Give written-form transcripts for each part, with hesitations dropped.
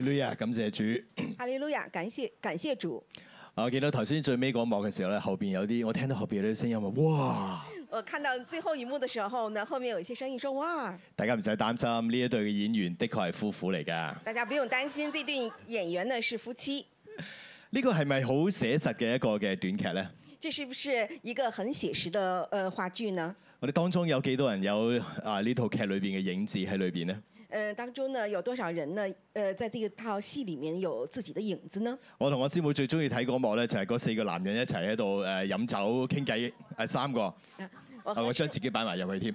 哈利路亞，感謝主。 哈利路亞，感謝主。 我見到頭先最尾嗰幕嘅時候咧，後邊有啲，我聽到後邊有啲聲音話：哇！ 我看到最後一幕的時候呢，後面有一些聲音說：哇！ 大家唔使擔心，呢一對嘅演員的確係夫婦嚟㗎。 大家不用擔心，這對演員呢是夫妻。 呢個係咪好寫實嘅一個嘅短劇呢？ 這是不是一個很寫實的話劇呢？ 我哋當中有幾多人有呢套劇裏邊嘅影子喺裏邊呢？ 當中呢有多少人呢？在這套戲裡面有自己的影子呢？我同我師母最中意睇嗰幕咧，就係嗰4個男人一齊喺度飲酒傾偈，3個。我將自己擺埋入去添。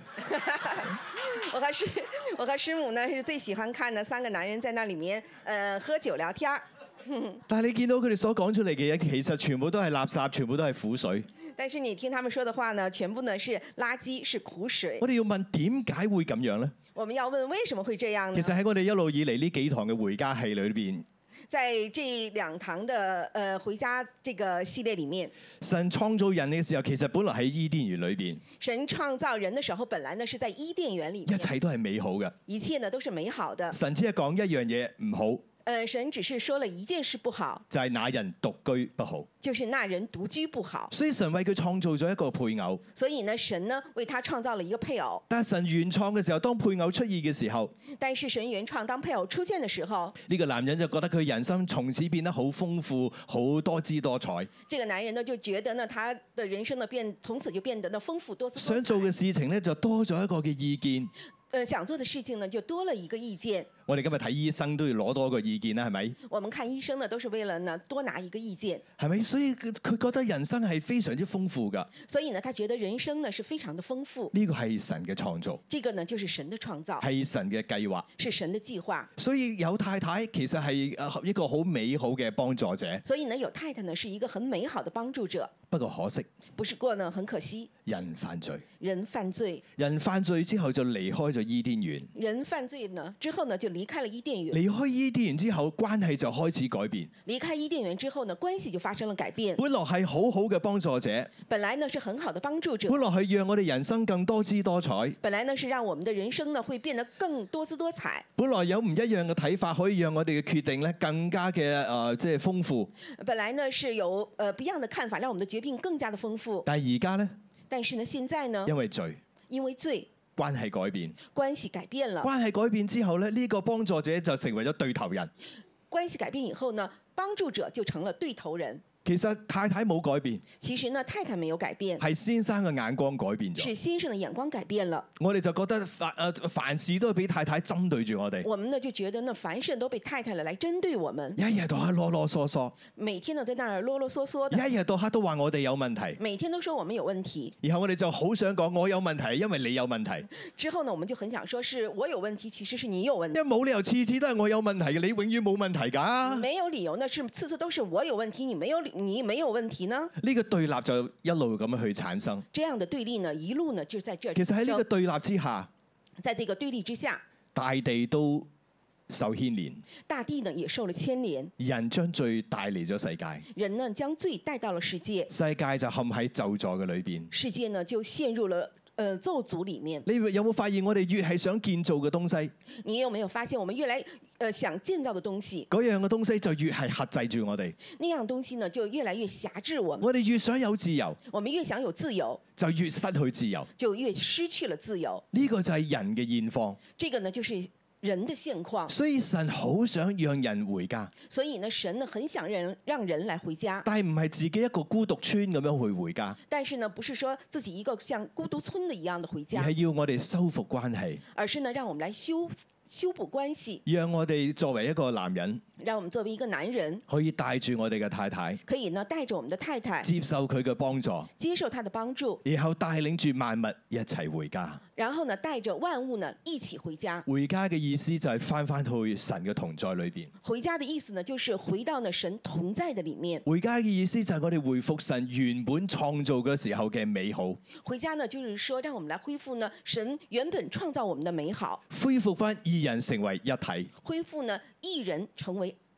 我和師母呢是最喜歡看呢3個男人在那裡面喝酒聊天。 但係你見到佢哋所講出嚟嘅嘢，其實全部都係垃圾，全部都係苦水。 但是你聽他們說的話呢，全部呢是垃圾，是苦水。 我哋要問點解會咁樣呢？ 我們要問為什麼會這樣呢？ 其實喺我哋一路以嚟呢幾堂嘅回家戲裏邊， 在這2堂的回家這個系列裡面， 神創造人嘅時候，其實本來喺伊甸園裏邊。 神創造人的時候，本來呢是在伊甸園裡面， 一切都係美好嘅， 一切呢都是美好的。 神只係講一樣嘢唔好。 神只是說了一件事不好， 就係那人獨居不好， 就是那人獨居不好。 所以神為佢創造咗一個配偶， 所以呢，神呢為他創造了一個配偶。 但係神原創嘅時候，當配偶出現嘅時候， 但是神原創當配偶出現嘅時候， 呢個男人就覺得佢人生從此變得好豐富，好多姿多彩。 這個男人呢就覺得呢，他的人生呢從此就變得呢豐富多姿多彩。 想做嘅事情呢就多咗一個嘅意見。 想做的事情呢就多了一個意見。 我哋今日睇醫生都要攞多一個意見啦，係咪？ 我們看醫生呢都是為了呢多拿一個意見， 係咪？所以佢覺得人生係非常之豐富㗎。 所以呢，他覺得人生呢是非常的豐富。 呢個係神嘅創造， 這個呢就是神的創造， 係神嘅計劃， 是神的計劃。 所以有太太其實係一個好美好嘅幫助者。 所以呢，有太太呢是一個很美好的幫助者。 不過可惜， 不是過呢，很可惜， 人犯罪， 人犯罪， 人犯罪之後就離開咗伊甸園。 人犯罪呢之後呢就離開了伊甸園。 離開伊甸園之後，關係就開始改變。 離開伊甸園之後呢，關係就發生了改變。 本來係好好嘅幫助者， 本來呢是很好的幫助者。 本來係讓我哋人生更多姿多彩。 本來呢是讓我們的人生呢會變得更多姿多彩。 本來有唔一樣嘅睇法，可以讓我哋嘅決定咧更加嘅即係豐富。 本來呢是有不一樣的看法，讓我們的決定更加的豐富。 但係而家呢？ 但是呢，現在呢？ 因為罪。 因為罪。 關係改變， 關係改變了。 關係改變之後咧，呢個幫助者就成為咗對頭人。 關係改變以後呢，幫助者就成了對頭人。 其實太太冇改變， 其實呢太太沒有改變， 係先生嘅眼光改變咗。 是先生嘅眼光改變了。 我哋就覺得凡事都係俾太太針對住我哋。 我們呢就覺得呢凡事都被太太來針對我們。 一日到黑囉囉嗦嗦， 每天呢在那兒囉囉嗦嗦的。 一日到黑都話我哋有問題， 每天都說我們有問題。 然後我哋就好想講我有問題，因為你有問題。 之後呢，我們就很想說是我有問題，其實是你有問題。 因為冇理由次次都係我有問題嘅，你永遠冇問題㗎。 沒有理由呢，是次次都是我有問題，你沒有問題。 呢個對立就一路咁樣去產生。 這樣的對立呢，一路呢就在這。 其實喺呢個對立之下， 在這個對立之下， 大地都受牽連。 大地呢也受了牽連。 人將罪帶嚟咗世界。 人呢將罪帶到了世界。 世界就陷喺咒詛嘅裏邊。 世界呢就陷入了咒詛裡面。 你有冇發現我哋越係想建造嘅東西？ 你有沒有發現我們越來想建造的東西？ 嗰樣嘅東西就越係轄制住我哋。 那樣東西呢就越來越轄制我們。 我哋越想有自由， 我們越想有自由， 就越失去自由， 就越失去了自由。 呢個就係人嘅現況。 這個呢就是人的現況。 所以神好想讓人回家。 所以呢，神呢很想讓人來回家。 但係唔係自己一個孤獨村咁樣去回家。 但是呢，不是說自己一個像孤獨村的一樣的回家。 而係要我哋修復關係。 而是呢，讓我們來修補關係。 讓我哋作為一個男人。 讓我們作為一個男人， 可以帶住我哋嘅太太， 可以呢帶着我們的太太， 接受佢嘅幫助， 接受他的幫助， 然後帶領住萬物一齊回家。 然後呢帶着萬物呢一起回家。 回家嘅意思就係返去神嘅同在裏邊。 回家的意思呢，就是回到呢神同在的裡面。 回家嘅意思就係我哋回復神原本創造嘅時候嘅美好。 回家呢，就是說讓我們來恢復呢神原本創造我們的美好， 恢復返二人成為一體， 恢復呢一人成為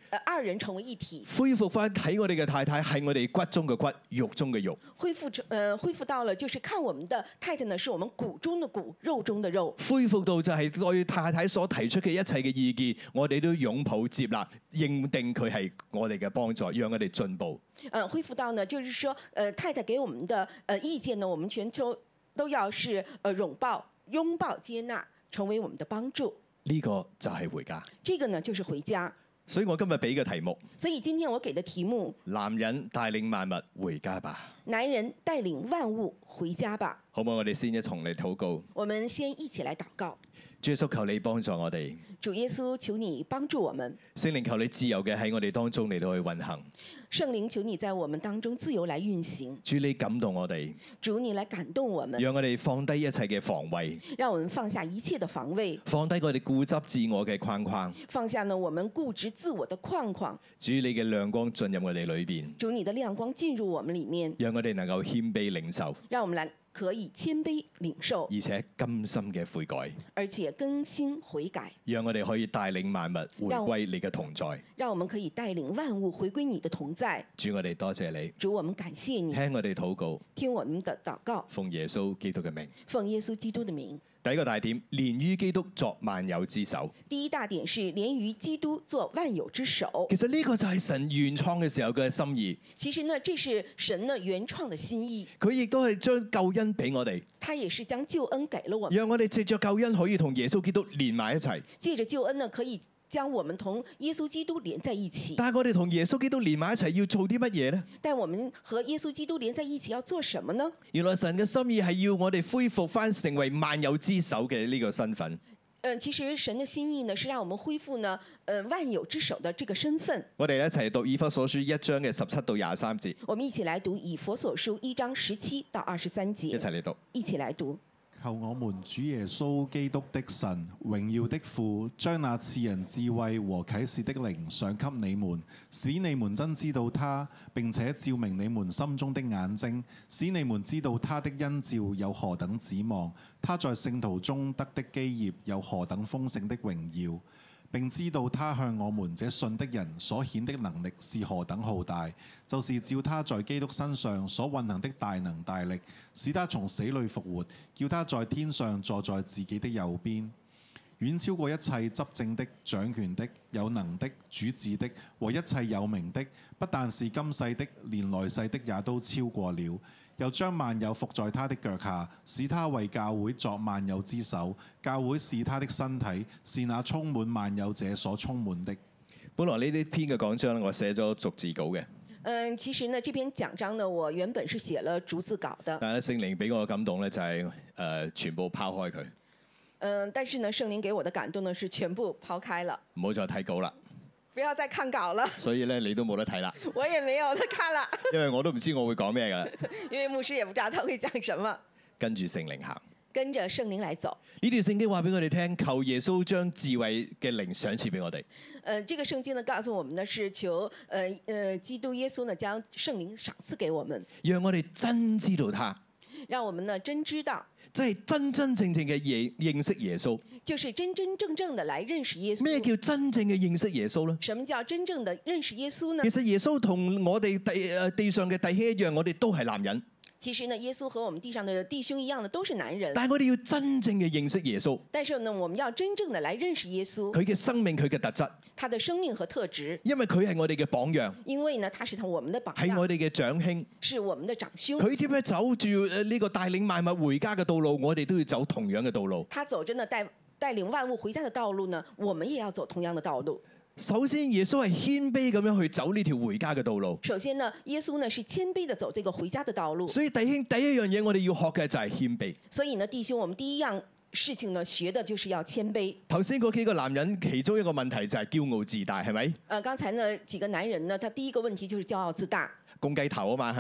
二人成為一體， 恢復翻睇我哋嘅太太係我哋骨中嘅骨，肉中嘅肉。 恢復到了，就是看我們的太太呢，是我們骨中的骨，肉中的肉。 恢復到就係對太太所提出嘅一切嘅意見，我哋都擁抱接納，認定佢係我哋嘅幫助，讓我哋進步。 恢復到呢，就是說，太太給我們的意見呢，我們全都要是擁抱接納，成為我們的幫助。 呢個就係回家。 這個呢，就是回家。 所以我今日俾嘅題目， 所以今天我給的題目， 男人帶領萬物回家吧。 男人帶領萬物回家吧。 好唔好？我哋先一同嚟禱告。 我們先一起來禱告。 主耶穌，求你幫助我哋。 主耶穌，求你幫助我們。 聖靈，求你自由嘅喺我哋當中嚟到去運行。 聖靈，求你在我們當中自由來運行。 主，你感動我哋。 主，你來感動我們。 讓我哋放低一切嘅防衛。 讓我們放下一切的防衛。 放低我哋固執自我嘅框框。 放下呢我們固執自我的框框。 主，你嘅亮光進入我哋裏邊。 主，你的亮光進入我們裡面。 讓我哋能夠謙卑領受。 讓我們來可以謙卑領受， 而且甘心嘅悔改， 而且更新悔改， 讓我哋可以帶領萬物回歸你嘅同在。 讓我們可以帶領萬物回歸你的同在。 主，我哋多謝你。 主，我們感謝你。 聽我哋禱告， 聽我們的禱告。 奉耶穌基督嘅名。 奉耶穌基督的名。 第一個大點，連於基督作萬有之首。 第一大點是連於基督作萬有之首。 其實呢個就係神原創嘅時候嘅心意。 其實呢，這是神呢原創的心意。 佢亦都係將救恩俾我哋。 他也是將救恩給了我們。 讓我哋藉着救恩可以同耶穌基督連埋一齊。 借着救恩呢，可以將我們同耶穌基督連在一起。 但係我哋同耶穌基督連埋一齊要做啲乜嘢呢？ 但我們和耶穌基督連在一起要做什麼呢？ 原來神嘅心意係要我哋恢復翻成為萬有之首嘅呢個身份。 其實神的心意呢，是讓我們恢復呢，萬有之首的這個身份。 我哋一齊讀以弗所書1章嘅17到23節。 我們一起來讀以弗所書1章17到23節。 一齊嚟讀。 一起來讀。 求我們主耶穌基督的神，榮耀的父，將那賜人智慧和啟示的靈賞給你們，使你們真知道他，並且照明你們心中的眼睛，使你們知道他的恩召有何等指望，他在聖徒中得的基業有何等豐盛的榮耀，並知道他向我們這信的人所顯的能力是何等浩大，就是照他在基督身上所運行的大能大力，使他從死裏復活，叫他在天上坐在自己的右邊，遠超過一切執政的、掌權的、有能的、主治的和一切有名的，不但是今世的，連來世的也都超過了。又將萬有伏在他的腳下，使他為教會作萬有之首。教會是他的身體，是那充滿萬有者所充滿的。 本來呢啲篇嘅講章我寫咗逐字稿嘅。 其實呢，這篇講章呢，我原本是寫了逐字稿的。 但係聖靈俾我嘅感動咧，就係全部拋開佢。 但是呢，聖靈給我的感動呢，是全部拋開了。 唔好再睇稿啦。 不要再看稿了。所以咧，你都冇得睇啦。 我也沒有得看了。 因為我都唔知我會講咩㗎啦。 因為牧師也不知道他會講什麼。 跟住聖靈行。 跟着聖靈來走。 呢段聖經話俾我哋聽，求耶穌將智慧嘅靈賞賜俾我哋。 這個聖經呢，告訴我們呢，是求基督耶穌呢，將聖靈賞賜給我們， 讓我哋真知道他。 讓我們呢真知道。 即係真真正正嘅認識耶穌， 就是真真正正的來認識耶穌。 咩叫真正嘅認識耶穌呢？ 什麼叫真正的認識耶穌呢？ 其實耶穌同我哋地上嘅弟兄一樣，我哋都係男人。 其實呢，耶穌和我們地上的弟兄一樣的，都是男人。 但係我哋要真正嘅認識耶穌。 但是呢，我們要真正的來認識耶穌。 佢嘅生命，佢嘅特質。 他的生命和特質。 因為佢係我哋嘅榜樣。 因為呢，他是我們的榜樣。 係我哋嘅長兄。 是我們的長兄。 佢點樣走住呢個帶領萬物回家嘅道路，我哋都要走同樣嘅道路。 他走着呢帶領萬物回家的道路呢，我們也要走同樣的道路。 首先，耶穌係謙卑咁樣去走呢條回家嘅道路。 首先呢，耶穌呢是謙卑的走這個回家的道路。 所以弟兄，第一樣嘢我哋要學嘅就係謙卑。 所以呢，弟兄，我們第一樣事情呢，學的就是要謙卑。 頭先嗰幾個男人，其中一個問題就係驕傲自大，係咪？ 剛才呢幾個男人呢，他第一個問題就是驕傲自大。 公雞頭啊嘛，係咪？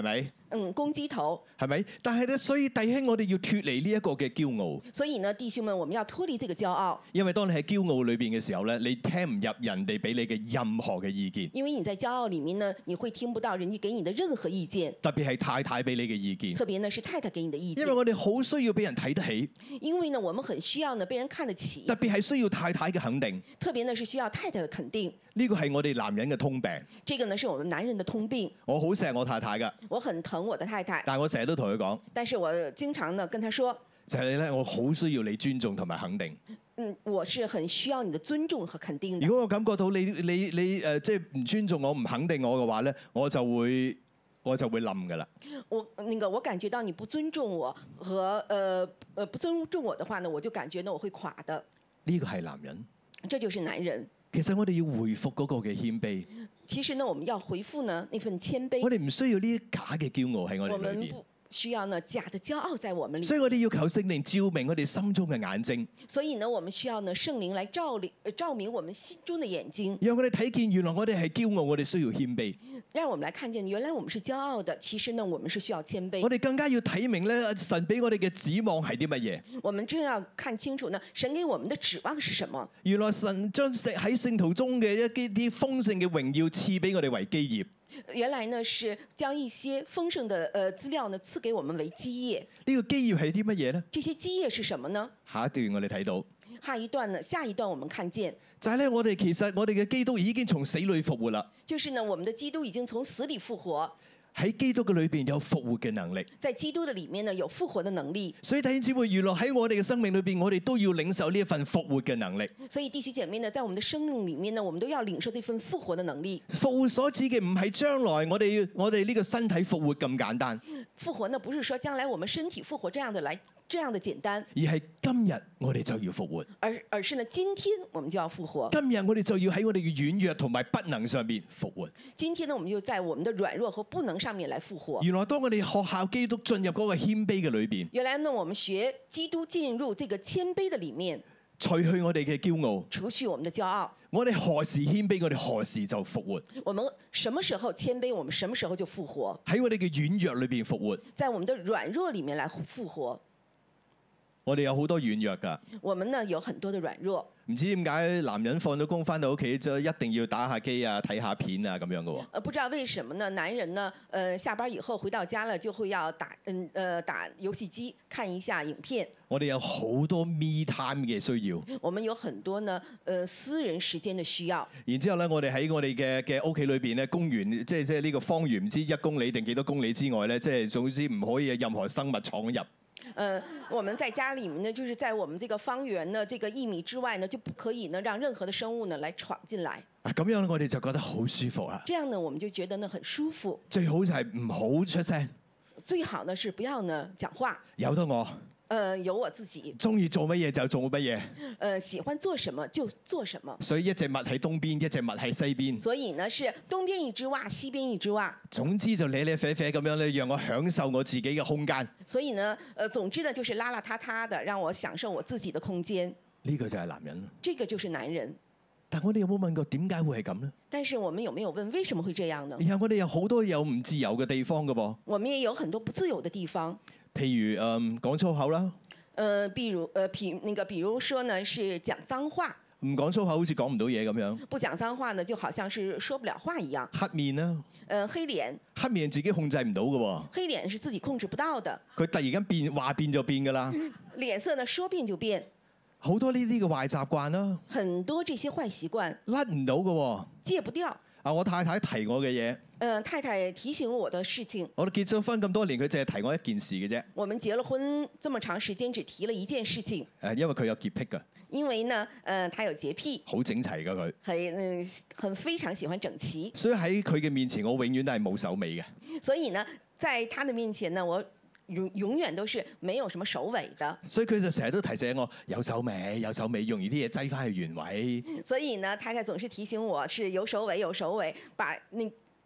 公雞頭。 係咪？但係咧，所以弟兄，我哋要脱離呢一個嘅驕傲。 所以呢，弟兄們，我們要脱離這個驕傲。 因為當你喺驕傲裏邊嘅時候咧，你聽唔入人哋俾你嘅任何嘅意見。 因為你在驕傲裡面呢，你會聽不到人家給你的任何意見。 特別係太太俾你嘅意見。 特別呢是太太給你的意見。 因為我哋好需要俾人睇得起。 因為呢，我們很需要呢被人看得起。 特別係需要太太嘅肯定。 特別呢是需要太太嘅肯定。 呢個係我哋男人嘅通病。 這個呢是我們男人的通病。 我好錫我太太㗎。 我很疼我的太太。 但係我成日都同佢講。 但是我經常呢跟他說。 就係咧，我好需要你尊重同埋肯定。 我是很需要你的尊重和肯定的。 如果我感覺到你即係唔尊重我、唔肯定我嘅話咧，我就會冧㗎啦。 我感覺到你不尊重我和不尊重我的話呢，我就感覺呢我會垮的。 呢個係男人。 這就是男人。 其實我哋要回復嗰個嘅謙卑。 其實呢，我們要回復呢那份謙卑。 我哋唔需要呢啲假嘅驕傲喺我哋裏邊。 需要呢假的驕傲在我們裏， 所以我哋要求聖靈照明我哋心中嘅眼睛。 所以呢，我們需要呢聖靈來照明我們心中的眼睛， 讓我哋睇見原來我哋係驕傲，我哋需要謙卑。 讓我們來看見原來我們是驕傲的，其實呢我們是需要謙卑。 我哋更加要睇明咧，神俾我哋嘅指望係啲乜嘢？ 我們真要看清楚呢，神給我們的指望是什麼？ 原來神將喺聖徒中嘅一啲豐盛嘅榮耀賜俾我哋為基業。 原來呢是將一些豐盛的資料呢賜給我們為基業。 呢個基業係啲乜嘢呢？ 這些基業是什麼呢？ 下一段我哋睇到。 下一段我們看見。 就係咧，我哋嘅基督已經從死裏復活啦。 就是呢，我們的基督已經從死裏復活。 喺基督嘅裏邊有復活嘅能力， 在基督嘅裡面呢有復活嘅能力。 所以弟兄姊妹，原來喺我哋嘅生命裏邊，我哋都要領受呢一份復活嘅能力。 所以弟兄姐妹呢，在我們的生命裡面呢，我們都要領受這份復活的能力。 復活所指嘅唔係將來我哋呢個身體復活咁簡單。 復活呢，不是說將來我們身體復活這樣的簡單， 而係今日我哋就要復活。 而是呢，今天我們就要復活。 今日我哋就要喺我哋嘅軟弱同埋不能上面復活。 今天呢，我們就在我們的軟弱和不能上面來復活。 原來當我哋學效基督進入嗰個謙卑嘅裏邊， 原來呢，我們學基督進入這個謙卑的裡面， 除去我哋嘅驕傲， 除去我們的驕傲。 我哋何時謙卑，我哋何時就復活。 我們什麼時候謙卑，我們什麼時候就復活。 喺我哋嘅軟弱裏邊復活， 在我們的軟弱裡面來復活。 我哋有好多軟弱㗎。 我們呢有很多的軟弱。 唔知點解男人放咗工翻到屋企就一定要打下機啊、睇下片啊咁樣嘅喎。 不知道為什麼呢？男人呢，下班以後回到家了就會要打遊戲機，看一下影片。 我哋有好多 me time 嘅需要。 我們有很多呢，私人時間的需要。 然之後咧，我哋喺我哋嘅屋企裏邊咧，公園即係呢個方圓唔知1公里定幾多公里之外咧，即係總之唔可以有任何生物闖入。 我們在家裡面呢，就是在我們這個方圓呢，這個1米之外呢，就不可以呢，讓任何的生物呢來闖進來。 咁樣我哋就覺得好舒服啦。 這樣呢，我們就覺得呢很舒服。 最好就係唔好出聲。 最好呢是不要呢講話。 由得我。 由我自己。 中意做乜嘢就做乜嘢。喜歡做什麼就做什麼。 所以一隻襪喺東邊，一隻襪喺西邊。 所以呢，是東邊一隻襪，西邊一隻襪。 總之就咧咧啡啡咁樣咧，讓我享受我自己嘅空間。 所以呢，總之呢，就是邋邋遢遢的，讓我享受我自己的空間。 呢個就係男人。 這個就是男人。 但我哋有冇問過點解會係咁呢？ 但是我們有沒有問為什麼會這樣呢？ 然後我哋有好多有唔自由嘅地方㗎噃。 我們也有很多不自由的地方。 譬如講粗口啦。 比如說呢，是講髒話。 唔講粗口好似講唔到嘢咁樣。 不講髒話呢，就好像是說不了話一樣。 黑面啦。 黑臉。 黑面自己控制唔到嘅喎。 黑臉是自己控制不到的。 佢突然間話變就變㗎啦。 臉色呢，說變就變。 好多呢啲嘅壞習慣啦。 很多這些壞習慣。 甩唔到嘅喎。 戒不掉。 我太太提我嘅嘢。 太太提醒我的事情。 我哋結咗婚咁多年，佢淨係提我一件事嘅啫。 我們結了婚這麼長時間，只提了一件事情。 因為佢有潔癖㗎。 因為呢，他有潔癖。 好整齊㗎佢。 很非常喜歡整齊。 所以喺佢嘅面前，我永遠都係冇手尾嘅。 所以呢，在他的面前呢，我永遠都是沒有什麼首尾的。 所以佢就成日都提醒我有手尾，有手尾，容易啲嘢擠翻去原位。 所以呢，太太總是提醒我是有首尾，有首尾，把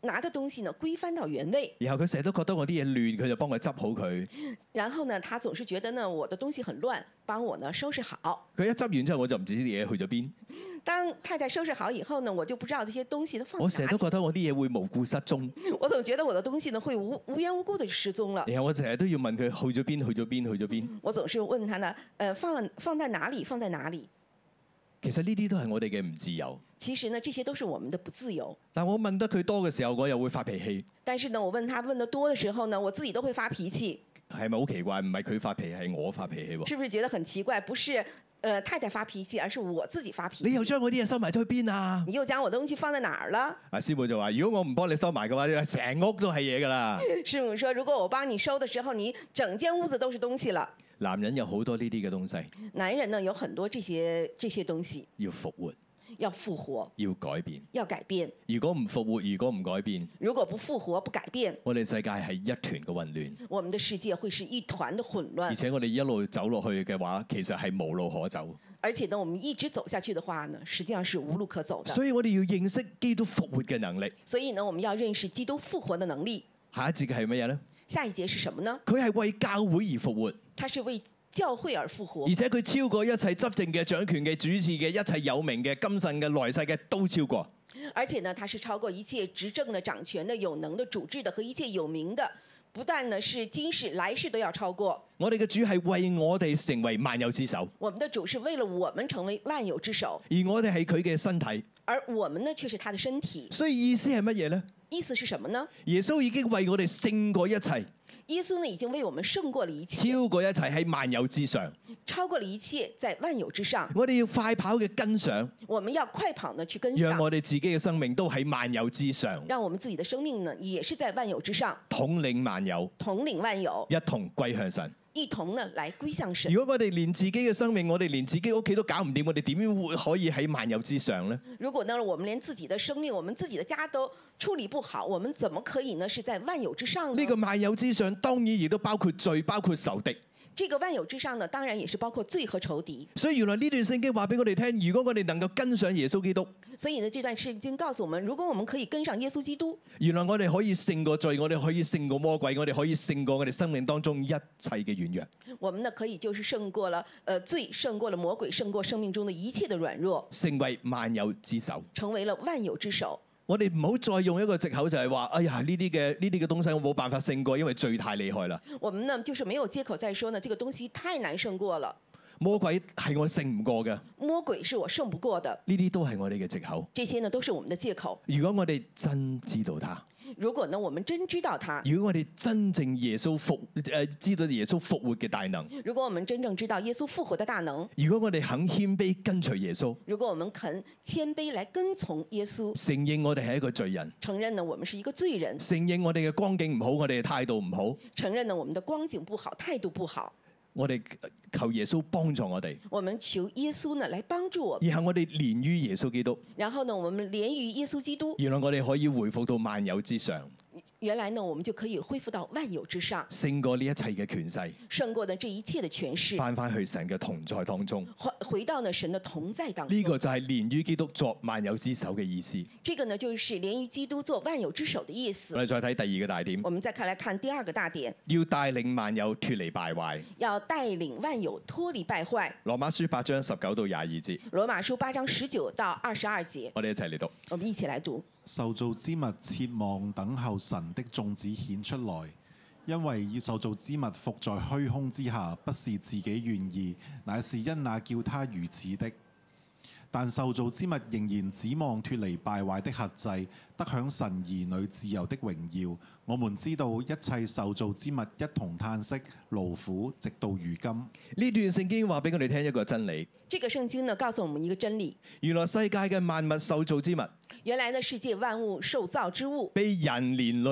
拿的東西呢歸翻到原位。 然後佢成日都覺得我啲嘢亂，佢就幫我執好佢。 然後呢，他總是覺得呢我的東西很亂，幫我呢收拾好。 佢一執完之後，我就唔知啲嘢去咗邊。 當太太收拾好以後呢，我就不知道這些東西都放我在哪裡。 成日都覺得我啲嘢會無故失蹤， 我總覺得我的東西呢會無緣無故的失蹤了。 然後我成日都要問佢去咗邊，去咗邊，去咗邊。 我總是問他呢，放在哪裡，放在哪裡？ 其實呢啲都係我哋嘅唔自由。 其實呢，這些都是我們的不自由。 但我問得佢多嘅時候，我又會發脾氣。 但是呢，我問他問得多的時候呢，我自己都會發脾氣。 係咪好奇怪？唔係佢發脾氣，係我發脾氣喎。 是不是覺得很奇怪？不是太太發脾氣，而是我自己發脾氣。 你又將我啲嘢收埋咗去邊啊？ 你又將我的東西放在哪兒了？ 師母就話：如果我唔幫你收埋嘅話，成屋都係嘢㗎啦。 師母說：如果我幫你收的時候，你整間屋子都是東西了。 男人有好多呢啲嘅東西， 男人呢有很多這些東西， 要復活， 要復活， 要改變。 要改變。 如果唔復活，如果唔改變， 如果不復活不改變， 我哋世界係一團嘅混亂。 我們的世界會是一團的混亂。 而且我哋一路走落去嘅話，其實係無路可走。 而且呢，我們一直走下去的話呢，實際上是無路可走的。 所以我哋要認識基督復活嘅能力。 所以呢，我們要認識基督復活的能力。 下一節嘅係乜嘢呢？ 下一節是什麼呢？ 佢係為教會而復活。 他是為教會而復活， 而且佢超過一切執政嘅、掌權嘅、主治嘅、一切有名嘅、今生嘅、來世嘅都超過。 而且呢，他是超過一切執政的、掌權的、有能的、主治的和一切有名的，不但呢是今世、來世都要超過。 我哋嘅主係為我哋成為萬有之首， 我們的主是為了我們成為萬有之首， 而我哋係佢嘅身體。 而我們呢卻是他的身體。 所以意思係乜嘢呢？ 意思是什麼呢？ 耶穌已經為我哋勝過一切。 耶穌呢已經為我們勝過了一切， 超過一切喺萬有之上， 超過了一切在萬有之上。 我哋要快跑嘅跟上， 我們要快跑呢去跟上， 讓我哋自己嘅生命都喺萬有之上， 讓我們自己的生命呢也是在萬有之上， 統領萬有， 統領萬有， 一同歸向神。 一同呢來歸向神。 如果我哋連自己嘅生命，我哋連自己屋企都搞唔掂，我哋點樣會可以喺萬有之上呢？ 如果呢，我們連自己的生命、我們自己的家都處理不好，我們怎麼可以呢？是在萬有之上呢？ 呢個萬有之上，當然亦都包括罪，包括仇敵。 這個萬有之上呢，當然也是包括罪和仇敵。 所以原來呢段聖經話俾我哋聽，如果我哋能夠跟上耶穌基督， 所以呢，這段聖經告訴我們，如果我們可以跟上耶穌基督， 原來我哋可以勝過罪，我哋可以勝過魔鬼，我哋可以勝過我哋生命當中一切嘅軟弱。 我們呢可以就是勝過了罪，勝過了魔鬼，勝過生命中的一切的軟弱， 成為萬有之首， 成為了萬有之首。 我哋唔好再用一個藉口，就係話：哎呀，呢啲嘅東西我冇辦法勝過，因為罪太厲害啦。 我們呢就是沒有借口再說呢，這個東西太難勝過了。 魔鬼係我勝唔過嘅， 魔鬼是我勝不過的。 呢啲都係我哋嘅藉口。 這些呢都是我們的借口。 如果我哋真知道他， 如果呢我們真知道他， 如果我哋真正知道耶穌復活嘅大能， 如果我們真正知道耶穌復活的大能， 如果我哋肯謙卑跟隨耶穌， 如果我們肯謙卑來跟從耶穌， 承認我哋係一個罪人， 承認呢我們是一個罪人， 承認我哋嘅光景唔好，我哋嘅態度唔好， 承認呢我們的光景不好，態度不好， 我哋求耶穌幫助我哋， 我們求耶穌呢來幫助我們， 然後我哋連於耶穌基督， 然後呢我們連於耶穌基督， 原來我哋可以回復到萬有之上， 原來呢我們就可以恢復到萬有之上， 勝過呢一切嘅權勢， 勝過呢這一切的權勢， 翻去神嘅同在當中。 回到呢神的同在當中。 呢個就係連於基督作萬有之首嘅意思。 這個呢就是連於基督做萬有之首的意思。 我哋再睇第二個大點， 我們再來看第二個大點， 要帶領萬有脱離敗壞。 要帶領萬有脱離敗壞。 羅馬書8章19到22節， 羅馬書8章19到22節， 我哋一齊嚟讀。 我們一起來讀。 受造之物切望等候神的種子顯出來，因為要受造之物伏在虛空之下，不是自己願意，乃是因那叫他如此的。但受造之物仍然指望脱離敗壞的轄制，得享神兒女自由的榮耀。我們知道一切受造之物一同嘆息勞苦，直到如今。 呢段聖經話俾我哋聽一個真理， 這個聖經呢告訴我們一個真理， 原來世界嘅萬物受造之物， 原來呢世界萬物受造之物， 被人連累，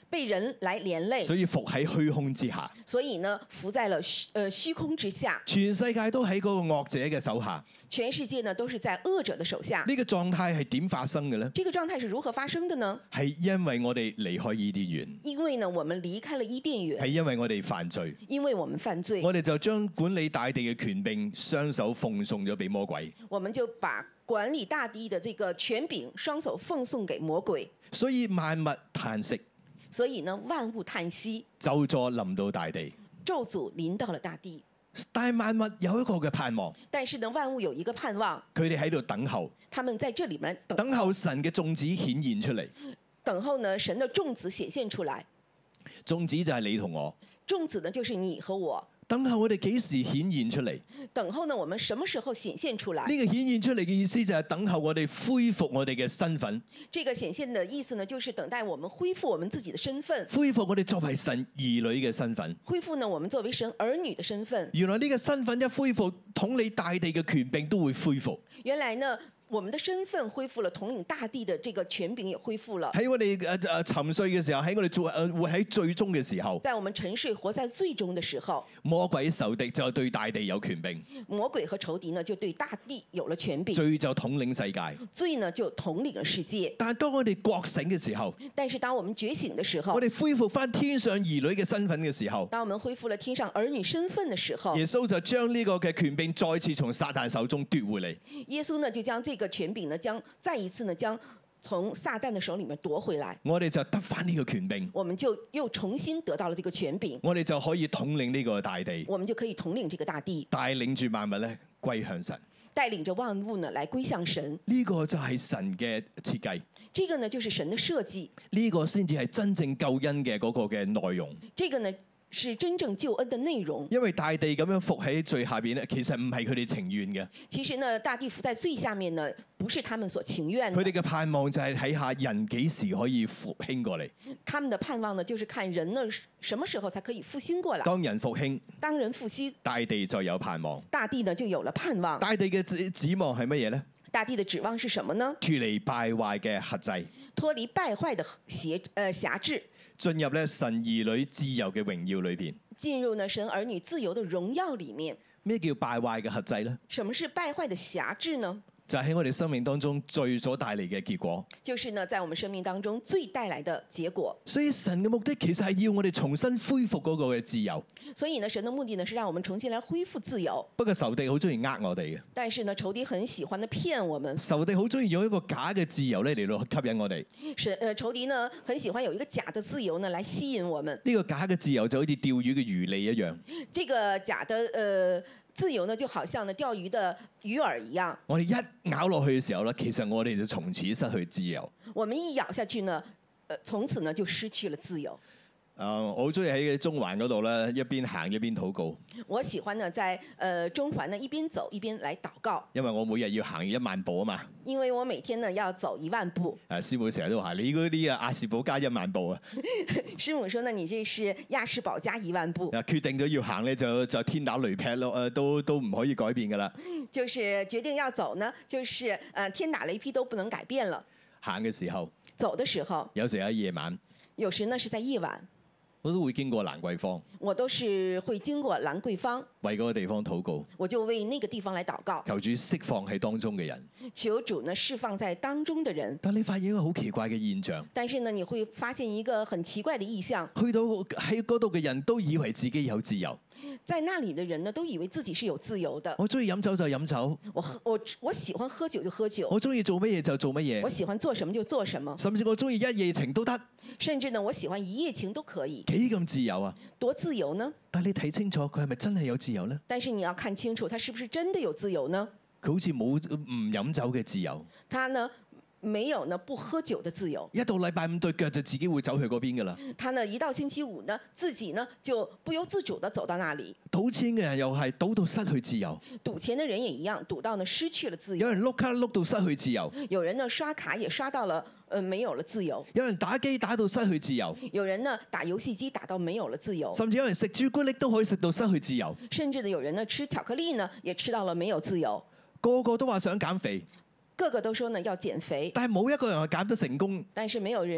被人來連累， 所以伏喺虛空之下。 所以呢伏在了虛空之下。 全世界都喺嗰個惡者嘅手下。 全世界呢都是在惡者的手下。 呢個狀態係點發生嘅呢？ 這個狀態是如何發生的呢？ 係因為我哋離開伊甸園。 因為呢，我們離開了伊甸園。 係因為我哋犯罪。 因為我們犯罪。 我哋就將管理大地嘅權柄雙手奉送咗俾魔鬼。 我們就把管理大地的這個權柄雙手奉送給魔鬼。 所以萬物嘆息。 所以呢，萬物嘆息。 咒詛臨到大地。 咒詛臨到了大地。 但係萬物有一個嘅盼望。 但是呢，萬物有一個盼望。 佢哋喺度等候。 他們在這裡面等候神嘅眾子顯現出嚟。 等候呢，神的眾子顯現出來。 眾子就係你同我。 眾子呢，就是你和我。 等候我哋幾時顯現出嚟？ 等候呢，我們什麼時候顯現出來？ 呢個顯現出嚟嘅意思就係等候我哋恢復我哋嘅身份。 這個顯現的意思呢，就是等待我們恢復我們自己的身份。 恢復我哋作為神兒女嘅身份。 恢復呢，我們作為神兒女的身份。 原來呢個身份一恢復，統理大地嘅權柄都會恢復。 原來呢，我們的身份恢復了，統領大地的這個權柄也恢復了。 喺我哋沉睡嘅時候，喺我哋活喺最終嘅時候， 在我們沉睡活在最終的時候， 魔鬼仇敵就對大地有權柄。 魔鬼和仇敵呢就對大地有了權柄。 罪就統領世界。 罪呢就統領了世界。 但係當我哋覺醒嘅時候， 但是當我們覺醒的時候， 我哋恢復翻天上兒女嘅身份嘅時候， 當我們恢復了天上兒女身份的時候， 耶穌就將呢個嘅權柄再次從撒旦手中奪回嚟。 耶穌呢就將這個權柄呢再一次呢將從撒旦的手裡面奪回來。 我哋就得翻呢個權柄， 我們就又重新得到了這個權柄。 我哋就可以統領呢個大地， 我們就可以統領這個大地， 帶領住萬物咧歸向神， 帶領着萬物呢來歸向神。 呢個就係神嘅設計， 這個呢就是神的設計， 呢個先至係真正救恩嘅嗰個嘅內容。 這個呢是真正救恩的內容。 因為大地咁樣伏喺最下邊咧，其實唔係佢哋情願嘅。 其實呢，大地伏在最下面呢，不是他們所情願的。 佢哋嘅盼望就係睇下人幾時可以復興過嚟。 他們的盼望呢，就是看人呢什麼時候才可以復興過來。 當人復興， 當人復興， 大地就有盼望。 大地呢就有了盼望。 大地嘅指望係乜嘢呢？ 大地的指望是什麼呢？ 脫離敗壞嘅轄制， 脫離敗壞的轄制， 進入咧神兒女自由嘅榮耀裏邊。 進入呢神兒女自由的榮耀裡面。 咩叫敗壞嘅轄制呢？ 什麼是敗壞的轄制呢？ 就喺我哋生命當中罪所帶嚟嘅結果。 就是呢，在我們生命當中罪帶來的結果。 所以神嘅目的其實係要我哋重新恢復嗰個嘅自由。 所以呢，神的目的呢，是讓我們重新來恢復自由。 不過仇敵好中意呃我哋嘅。 但是呢，仇敵很喜歡的騙我們。 仇敵好中意用一個假嘅自由咧嚟到吸引我哋。 仇敵呢，很喜歡有一個假的自由呢，來吸引我們。 呢個假嘅自由就好似釣魚嘅魚餌一樣。 這個假的自由呢，就好像呢釣魚的魚饵一樣。 我哋一咬落去嘅時候咧，其實我哋就從此失去自由。 我們一咬下去呢，從此呢就失去了自由。 我好中意喺中環嗰度咧，一邊行一邊禱告。 我喜歡呢在中環呢一邊走一邊來禱告。 因為我每日要行1萬步啊嘛。 因為我每天呢要走1萬步。 師母成日都話：你嗰啲亞士堡加1萬步啊！ 師母說呢，你這是亞士堡加1萬步。 決定咗要行咧，就天打雷劈咯，都唔可以改變噶啦。 就是決定要走呢，就是天打雷劈都不能改變了。 行嘅時候， 走的時候， 有時喺夜晚， 有時呢是在夜晚。 我都會經過蘭桂坊， 我都是會經過蘭桂坊， 為嗰個地方禱告， 我就為那個地方來禱告， 求主釋放喺當中嘅人， 求主呢釋放在當中的人。 但你發現一個好奇怪嘅現象， 但是呢，你會發現一個很奇怪的異象， 去到喺嗰度嘅人都以為自己有自由， 在那裡的人呢都以為自己是有自由的。 我中意飲酒就飲酒， 我喜歡喝酒就喝酒， 我中意做乜嘢就做乜嘢， 我喜歡做什麼就做什麼， 甚至我中意一夜情都得， 甚至呢我喜歡一夜情都可以。 幾咁自由啊！ 多自由呢？ 但你睇清楚佢係咪真係有自由呢？ 但是你要看清楚，他是不是真的有自由呢？ 佢好似冇唔飲酒嘅自由。 他呢沒有呢不喝酒的自由。 一到禮拜5對腳就自己會走去嗰邊㗎啦。 他呢一到星期5呢，自己呢就不由自主地走到那裡。 賭錢嘅人又係賭到失去自由。 賭錢的人也一樣，賭到呢失去了自由。 有人碌卡碌到失去自由。 有人呢刷卡也刷到了沒有了自由。 有人打機打到失去自由。 有人呢打遊戲機打到沒有了自由。 甚至有人食朱古力都可以食到失去自由。 甚至呢有人呢吃巧克力呢也吃到了沒有自由。 個個都話想減肥。 個個都說呢要減肥。 但係冇一個人係減得成功。 但是沒有人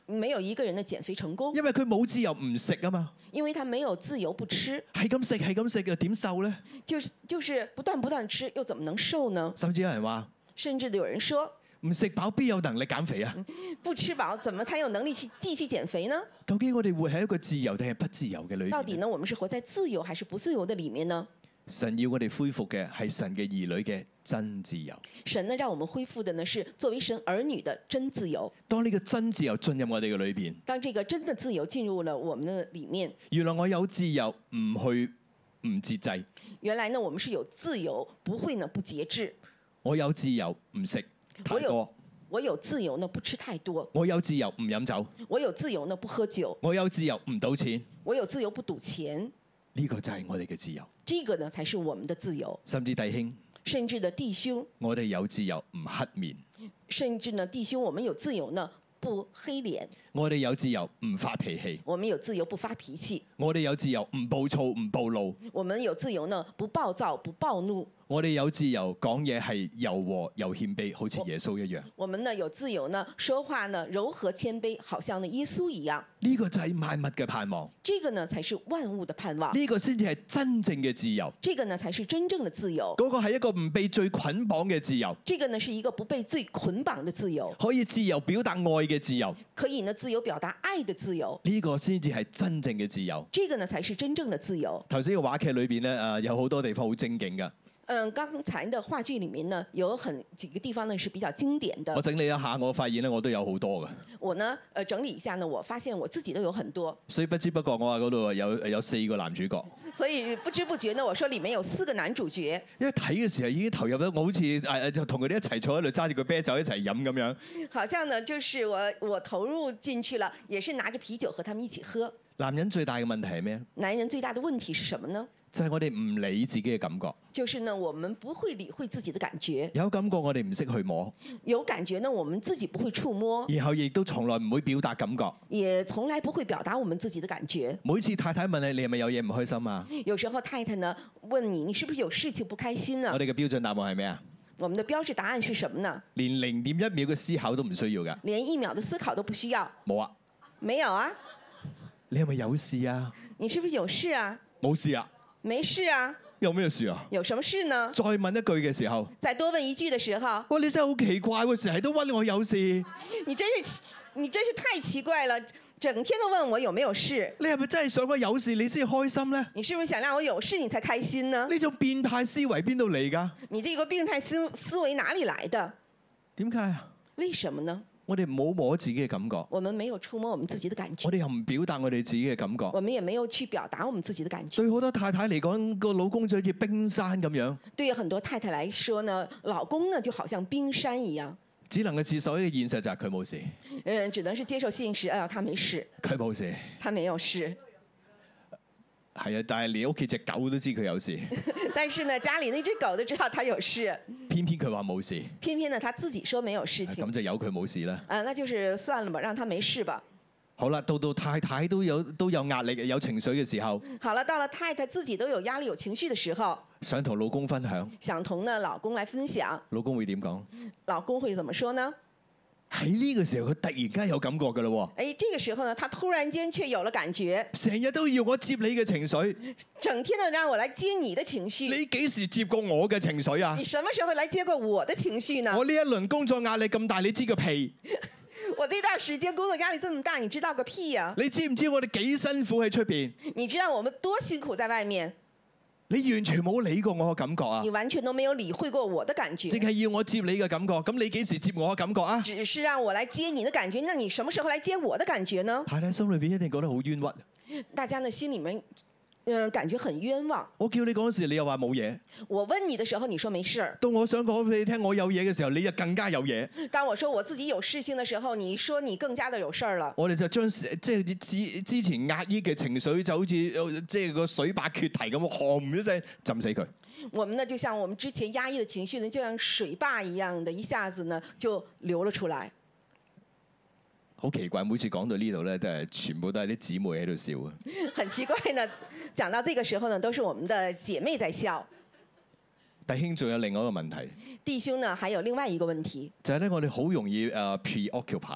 沒有一個人的減肥成功， 因為佢冇自由唔食啊嘛， 因為他沒有自由不吃， 係咁食又點瘦咧？ 就是不斷地吃，又怎麼能瘦呢？ 甚至有人話甚至有人說， 唔食飽邊有能力減肥啊？ 不吃飽怎麼才有能力去繼續減肥呢？ 究竟我哋活喺一個自由定係不自由嘅裏面？ 到底呢，我們是活在自由還是不自由的裡面呢？ 神要我哋恢復嘅係神嘅兒女嘅真自由。 神呢，讓我們恢復的呢是作為神兒女的真自由。 當呢個真自由進入我哋嘅裏邊， 當這個真的自由進入了我們的裡面， 原來我有自由唔節制， 原來呢我們是有自由，不會呢不節制。 我有自由唔食太多， 我有自由呢不吃太多， 我有自由唔飲酒， 我有自由呢不喝酒， 我有自由唔賭錢， 我有自由不賭錢。 呢個就係我哋嘅自由。 這個呢才是我們的自由。 甚至弟兄， 甚至的弟兄， 我哋有自由唔黑面， 甚至呢弟兄，我們有自由呢不黑臉， 我哋有自由唔發脾氣， 我們有自由不發脾氣， 我哋有自由唔暴躁唔暴怒， 我們有自由呢不暴躁不暴怒， 我哋有自由講嘢係柔和又謙卑，好似耶穌一樣。 我們呢有自由呢說話呢柔和謙卑，好像呢耶穌一樣。 呢個就係萬物嘅盼望， 這個呢才是萬物的盼望， 呢個先至係真正嘅自由。 這個呢才是真正的自由。 嗰個係一個唔被罪捆綁嘅自由， 這個呢是一個不被罪捆綁的自由， 可以自由表達愛嘅自由。 可以呢自由表達愛的自由。 呢個先至係真正嘅自由。 這個呢才是真正的自由。 頭先個話劇裏邊咧，有好多地方好精警㗎。 剛才的話劇裡面呢，有幾個地方呢是比較經典的。 我整理一下，我發現咧我都有好多㗎。 我呢，整理一下呢，我發現我自己都有很多。 所以不知不覺我話嗰度有4個男主角。 所以不知不覺呢，我說裡面有4個男主角。 因為睇嘅時候已經投入咗，我好似就同佢哋一齊坐喺度揸住個啤酒一齊飲咁樣。 好像呢，就是我投入進去了，也是拿着啤酒和他們一起喝。 男人最大嘅問題係咩？ 男人最大的問題是什麼呢？ 就係我哋唔理自己嘅感覺。 就是呢，我們不會理會自己的感覺。 有感覺我哋唔識去摸。 有感覺呢，我們自己不會觸摸。 然後亦都從來唔會表達感覺。 也從來不會表達我們自己的感覺。 每次太太問你，你係咪有嘢唔開心啊？ 有時候太太呢問你，你是不是有事情不開心啊？ 我哋嘅標準答案係咩啊？ 我們的標準答案是什麼呢？ 連0.1秒嘅思考都唔需要㗎。 連1秒的思考都不需要。 冇啊？ 沒有啊？ 你係咪有事啊？ 你是不是有事啊？ 冇事啊？ 沒事啊？ 有咩事啊？ 有什麼事呢？ 再問一句嘅時候， 再多問一句的時候， 哇！你真係好奇怪喎，成日都問我有事。 你真是太奇怪了，整天都問我有沒有事。 你係咪真係想我有事你先開心呢？ 你是不是想讓我有事你才開心呢？ 呢種變態思維邊度嚟㗎？ 你這個變態思維哪裡來的？ 點解啊？ 為什麼呢？ 我哋冇摸自己嘅感覺， 我們沒有觸摸我們自己的感覺， 我哋又唔表達我哋自己嘅感覺。 我們也沒有去表達我們自己的感覺。 對好多太太嚟講，個老公就好似冰山咁樣。 對於很多太太來說呢，老公呢就好像冰山一樣， 只能夠接受一個現實就係佢冇事。 只能是接受現實，他沒事， 佢冇事， 他沒有事。 係啊，但係連屋企隻狗都知佢有事。 但是呢，家裡那隻狗都知道他有事， 偏偏佢話冇事。 偏偏呢他自己說沒有事情。 咁就由佢冇事啦。 那就是算了吧，讓他沒事吧。 好啦，到太太都有壓力、有情緒嘅時候。 好了，到了太太自己都有壓力、有情緒的時候， 想同老公分享， 想同呢老公來分享， 老公會點講？ 老公會怎麼說呢？ 喺呢個時候，佢突然間有感覺㗎咯喎。 這個時候呢，他突然間卻有了感覺。 成日都要我接你嘅情緒， 整天呢讓我來接你的情緒。 你幾時接過我嘅情緒啊？ 你什麼時候來接過我的情緒呢？ 我呢一輪工作壓力咁大，你知個屁？ 我這段時間工作壓力這麼大，你知道個屁呀？ 你知唔知我哋幾辛苦喺出邊？ 你知道我們多辛苦在外面？ 你完全冇理過我嘅感覺啊！ 你完全都沒有理會過我的感覺， 淨係要我接你嘅感覺，咁你幾時接我嘅感覺啊？ 只是讓我來接你的感覺，那你什麼時候來接我的感覺呢？ 太太心裏邊一定覺得好冤屈。 大家呢心裡面，感覺很冤枉。 我叫你嗰時，你又話冇嘢。 我問你的時候，你說沒事。 到我想講俾你聽，我有嘢嘅時候，你就更加有嘢。 當我說我自己有事情的時候，你說你更加的有事兒了。 我哋就將即係之前壓抑嘅情緒，就好似即係個水壩決堤咁，轟一聲浸死佢。 我們呢就像我們之前壓抑的情緒呢，就像水壩一樣的，一下子呢就流了出來。 好奇怪，每次講到呢度咧，都係全部都係啲姊妹喺度笑啊！ 很奇怪呢，講到這個時候呢，都是我們的姐妹在笑。 弟兄仲有另外一個問題。 弟兄呢，還有另外一個問題， 就係咧，我哋好容易preoccupy。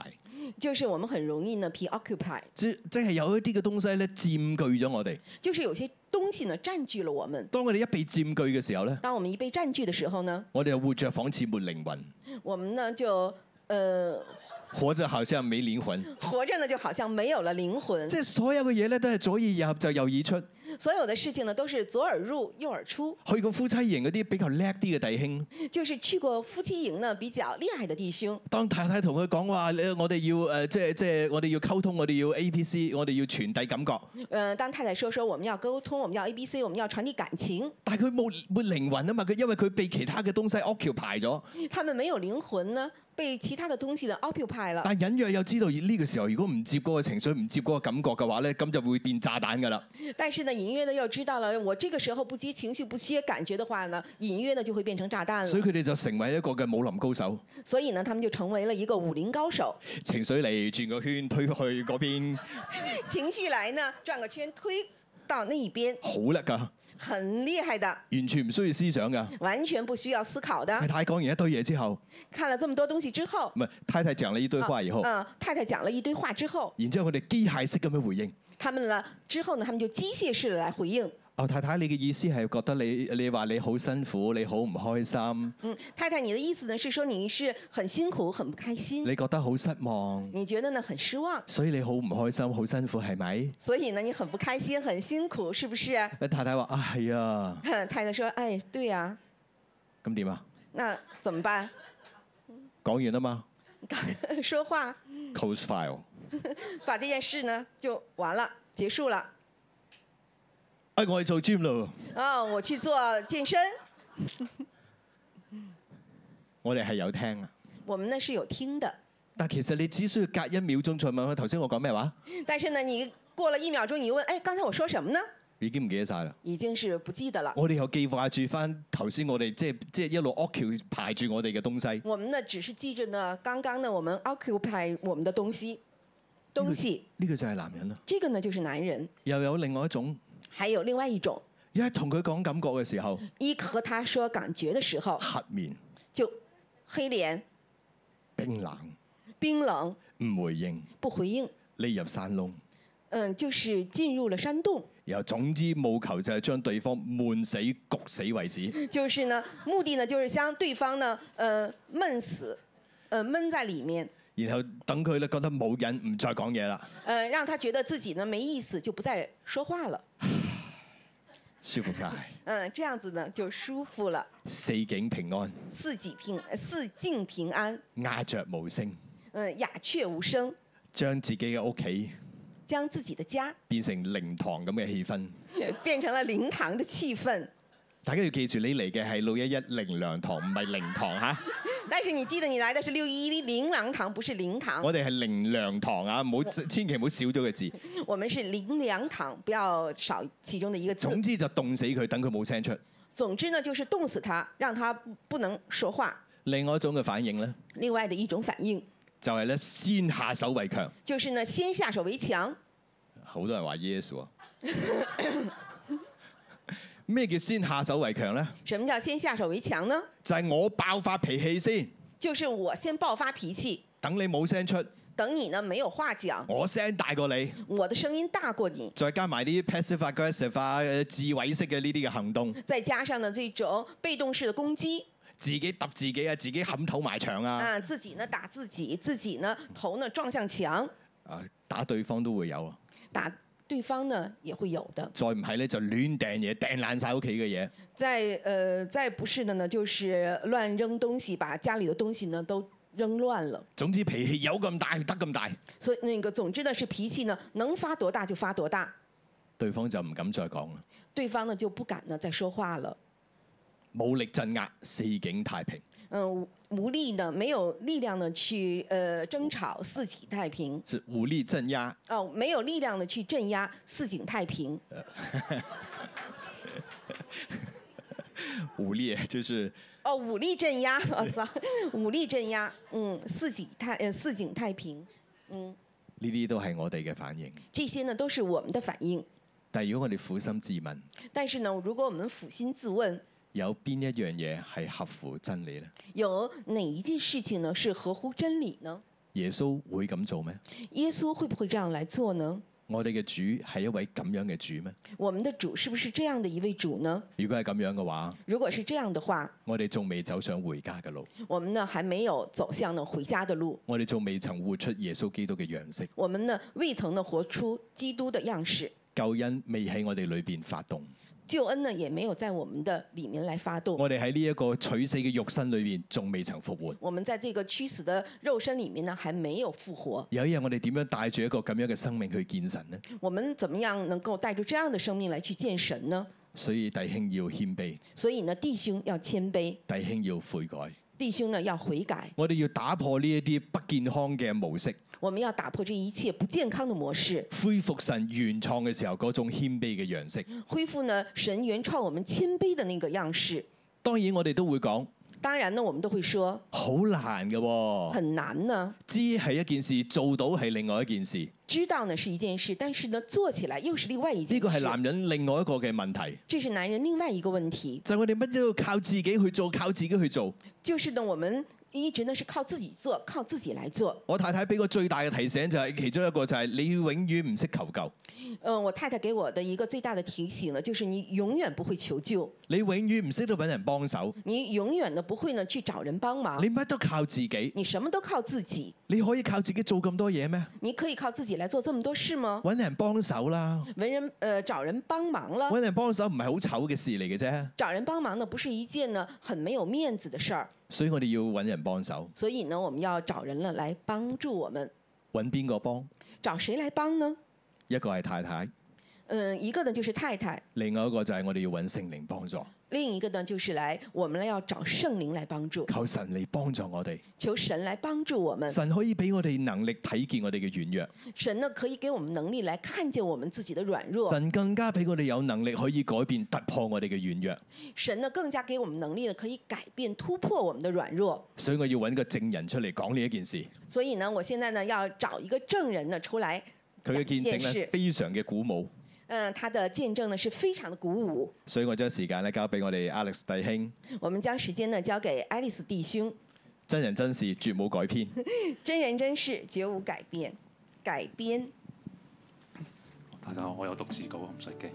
就是我們很容易呢 preoccupy， 即係有一啲嘅東西咧佔據咗我哋。 就是有些東西呢佔據了我們。 當我哋一被佔據嘅時候咧， 當我們一被佔據的時候呢， 我哋就活着仿似沒靈魂， 我們呢就活着好像沒靈魂。 活着呢就好像沒有了靈魂。 即係所有嘅嘢咧都係左耳入就右耳出。 所有的事情呢都是左耳入右耳出。 去過夫妻營嗰啲比較叻啲嘅弟兄， 就是去過夫妻營呢比較厲害的弟兄。 當太太同佢講話，我哋要即係我哋要溝通，我哋要 ABC，我哋要傳遞感覺。 當太太說我們要溝通，我們要 ABC，我們要傳遞感情。 但係佢冇靈魂啊嘛，因為佢被其他嘅東西 occupy 咗。 他們沒有靈魂呢，被其他的東西呢 occupy 了。 但係隱約又知道呢個時候，如果唔接嗰個情緒，唔接嗰個感覺嘅話咧，咁就會變炸彈㗎啦。 但是呢，隱約呢又知道了，我這個時候不接情緒、不接感覺的話呢，隱約呢就會變成炸彈了。 所以佢哋就成為一個嘅武林高手。 所以呢，他們就成為了一個武林高手。 情緒嚟轉個圈推去嗰邊， 情緒來呢轉個圈推到那一邊， 好叻㗎， 很厲害的， 完全唔需要思想㗎。 完全不需要思考的。 太太講完一堆嘢之後， 看了這麼多東西之後， 唔係太太講了一堆話以後， 太太講了一堆話之後， 然之後佢哋機械式咁樣回應。 他們呢之後呢，他們就機械式地來回應。 太太，你嘅意思係覺得你話你好辛苦，你好唔開心。 太太，你的意思呢是說你是很辛苦、很不開心。 你覺得好失望。 你覺得呢很失望。 所以你好唔開心、好辛苦係咪？ 所以呢你很不開心、很辛苦，是不是？ 太太話係啊。 太太說：哎，對呀、啊。 咁點啊？ 那怎麼辦？ 講完啦嘛。 說話。 Close file。 把這件事呢就完了，結束了。 我去做 gym 咯。 我去做健身。 我哋係有聽啊。 我們呢是有聽的。 但其實你只需要隔1秒鐘再問佢頭先我講咩話。 但是呢，你過了1秒鐘，你問：哎，剛才我說什麼呢？ 已經唔記得晒啦。 已經是不記得了。 我哋又記掛住翻頭先我哋即係一路 occupy 住我哋嘅東西。 我們呢只是記着呢，剛剛呢我們 occupy 我們的東西。 呢個就係男人啦。 這個呢就是男人。 又有另外一種。 還有另外一種。 一同佢講感覺嘅時候， 一和他說感覺的時候， 黑面就黑臉， 冰冷， 冰冷， 唔回應， 不回應， 匿入山窿。 就是進入了山洞。 然後總之務求就係將對方悶死、焗死為止。 就是呢，目的呢就是將對方呢，悶死，悶在裡面。 然後等佢咧覺得冇癮，唔再講嘢啦。 讓他覺得自己呢沒意思，就不再說話了。 舒服晒。 這樣子呢就舒服了。 四境平安。 四境平安。 鴉雀無聲。 鴉雀無聲。 將自己嘅屋企。 將自己的家。 變成靈堂咁嘅氣氛。 變成了靈堂的氣氛。 大家要記住，你嚟嘅係611靈糧堂，唔係靈堂嚇。 但是你記得你來的是611靈糧堂，不是靈堂。 我哋係靈糧堂啊，千祈唔好少咗個字。 我們是靈糧堂，不要少其中的一個字。 總之就凍死佢，等佢冇聲出。 總之呢，就是凍死他，讓他不能說話。 另外一種嘅反應咧。 另外的一種反應。 就係咧，先下手為強。 就是呢，先下手為強。 好多人話 yes 喎。咩叫先下手為強咧？ 什麼叫先下手為強呢？ 就係我爆發脾氣先。 就是我先爆發脾氣。 等你冇聲出。 等你呢沒有話講。 我聲大過你。 我的聲音大過你。 再加埋啲 passive aggressive 啊、自毀式嘅呢啲嘅行動。 再加上呢這種被動式的攻擊。 自己揼自己啊，自己冚頭埋牆啊。 自己呢打自己，自己呢頭呢撞向牆。 打對方都會有啊。 打對方呢也會有的。 再唔係咧就亂掟嘢，掟爛晒屋企嘅嘢。 再不是的呢，就是亂扔東西，把家裡的東西呢都扔亂了。 總之脾氣有咁大得咁大。 所以總之呢是脾氣呢能發多大就發多大。 對方就唔敢再講啦。 對方呢就不敢呢再說話了。 武力鎮壓，四境太平。 無力呢，沒有力量呢去爭吵，四境太平。 是武力鎮壓。 沒有力量呢去鎮壓，四境太平。 武力就是。 武力鎮壓，武力鎮壓，四境太平， 呢啲都係我哋嘅反應。 這些呢都是我們的反應。 但係如果我哋撫心自問， 但是呢，如果我們撫心自問， 有邊一樣嘢係合乎真理呢？ 有哪一件事情呢是合乎真理呢？ 耶穌會咁做咩？ 耶穌會不會這樣來做呢？ 我哋嘅主係一位咁樣嘅主咩？ 我們的主是不是這樣的一位主呢？ 如果係咁樣嘅話， 如果是這樣的話， 我哋仲未走上回家嘅路， 我們呢還沒有走向呢回家的路， 我哋仲未曾活出耶穌基督嘅樣式， 我們呢未曾呢活出基督的樣式， 救恩未喺我哋裏邊發動， 救恩呢也沒有在我們的裡面來發動。 我哋喺呢一個取死嘅肉身裏邊仲未曾復活。 我們在這個驅死的肉身裡面呢，還沒有復活。 有一日我哋點樣帶住一個咁樣嘅生命去見神呢？ 我們怎麼樣能夠帶着這樣的生命來去見神呢？ 所以弟兄要謙卑， 所以呢，弟兄要謙卑， 弟兄要悔改， 弟兄呢要悔改。 我哋要打破呢一啲不健康嘅模式， 我們要打破這一切不健康的模式， 恢復神原創嘅時候嗰種謙卑嘅樣式。 恢復呢神原創我們謙卑的那個樣式。 當然我哋都會講， 當然呢，我們都會說好難嘅喎， 很難呢。 知係一件事，做到係另外一件事。 知道呢是一件事，但是呢做起來又是另外一件事。 呢個係男人另外一個嘅問題， 這是男人另外一個問題， 就係我哋乜都要靠自己去做，靠自己去做。 就是呢我們一直呢是靠自己做，靠自己來做。 我太太俾個最大嘅提醒就係、其中一個就係你要永遠唔識求救， 我太太給我的一個最大的提醒呢，就是你永遠不會求救， 你永遠唔識得揾人幫手， 你永遠呢不會呢去找人幫忙， 你乜都靠自己， 你什麼都靠自己。 你可以靠自己做咁多嘢咩？ 你可以靠自己來做這麼多事嗎？ 揾人幫手啦， 找人幫忙了。 揾人幫手唔係好醜嘅事嚟嘅啫， 找人幫忙呢，不是一件呢很沒有面子的事兒。 所以我哋要揾人幫手。 所以呢，我們要找人了來幫助我們。 揾邊個幫？ 找誰來幫呢？ 一個係太太， 一個呢就是太太， 另外一個就係我哋要揾聖靈幫助， 另一個呢就是我們要找聖靈來幫助， 求神嚟幫助我哋。 求神來幫助我們。 神可以俾我哋能力睇見我哋嘅軟弱， 神呢可以給我們能力來看見我們自己的軟弱。 神更加俾我哋有能力可以改變突破我哋嘅軟弱。 神呢更加給我們能力呢可以改變突破我們的軟弱。 所以我要揾個證人出嚟講呢一件事。 所以呢，我現在呢要找一個證人呢出來佢嘅見證咧非常嘅鼓舞。 他的見證呢是非常的鼓舞。 所以我將時間咧交俾我哋 Alex 弟兄。 我們將時間呢交給愛麗絲弟兄。 真人真事，絕冇改編。 真人真事，絕無改變。改編。 大家好，我有讀字稿，唔使驚。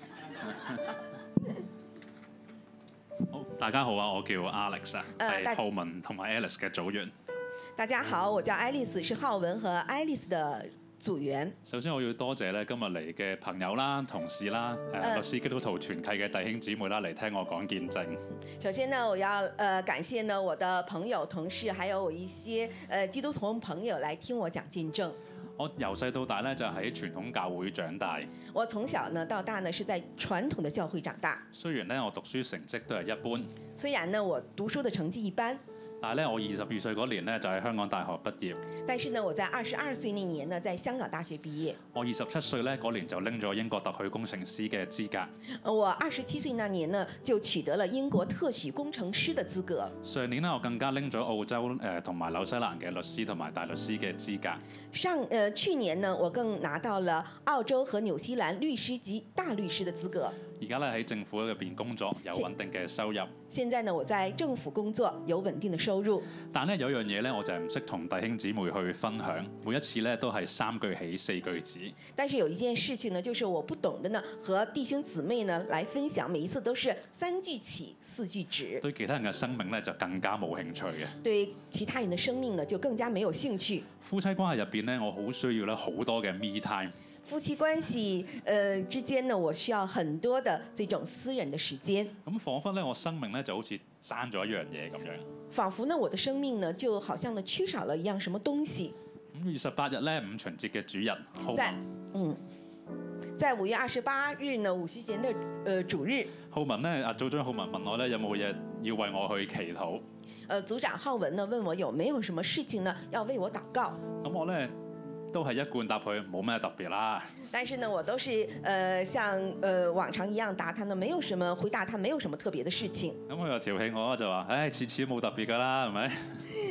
好，大家好啊，我叫 Alex 啊，係浩文同埋 Alice 嘅組員。 大家好，我叫愛麗絲，是浩文和愛麗絲的組員。首先我要多謝咧今日嚟嘅朋友啦、同事啦、律師基督徒團契嘅弟兄姊妹啦嚟聽我講見證。 首先呢，我要感謝呢我的朋友、同事，還有我一些基督徒朋友來聽我講見證。 我由細到大咧就喺傳統教會長大。 我從小呢到大呢是在傳統的教會長大。雖然呢我讀書成績都係一般。雖然呢我讀書的成績一般。但係咧，我22歲嗰年呢，就喺香港大學畢業。但是呢，我在22歲那年呢，在香港大學畢業。我27歲咧嗰年就拎咗英國特許工程師嘅資格。我27歲那年呢，就取得了英國特許工程師的資格。上年呢，我更加拎咗澳洲同埋紐西蘭嘅律師同埋大律師嘅資格。去年呢，我更拿到了澳洲和紐西蘭律師及大律師的資格。而家咧喺政府入邊工作，有穩定嘅收入。現在呢，我在政府工作，有穩定的收入。但係有樣嘢咧，我就係唔識同弟兄姊妹去分享，每一次咧都係3句起4句止。但是有一件事情呢，就是我不懂的呢，和弟兄姊妹呢來分享，每一次都是3句起4句止。對其他人嘅生命咧就更加冇興趣嘅。對其他人的生命呢就更加沒有興趣。夫妻關係入邊咧，我好需要咧好多嘅 me time。夫妻關係之間呢，我需要很多的這種私人的時間。咁彷彿咧，我生命咧就好似爭咗一樣嘢咁樣。仿佛呢，我的生命呢就好像呢缺少了一樣什麼東西。5月28日咧，五旬節嘅主日，浩文。在5月28日呢，五旬節的主日。浩文呢，組長浩文問我咧有冇嘢要為我去祈禱。組長浩文呢問我有沒有什麼事情呢要為我禱告。咁我咧都係一貫答佢冇咩特別啦。但是呢，我都是像往常一樣答他呢，沒有什麼回答他，沒有什麼特別的事情。咁佢又調戲我就話：唉，次次都冇特別㗎啦，係咪？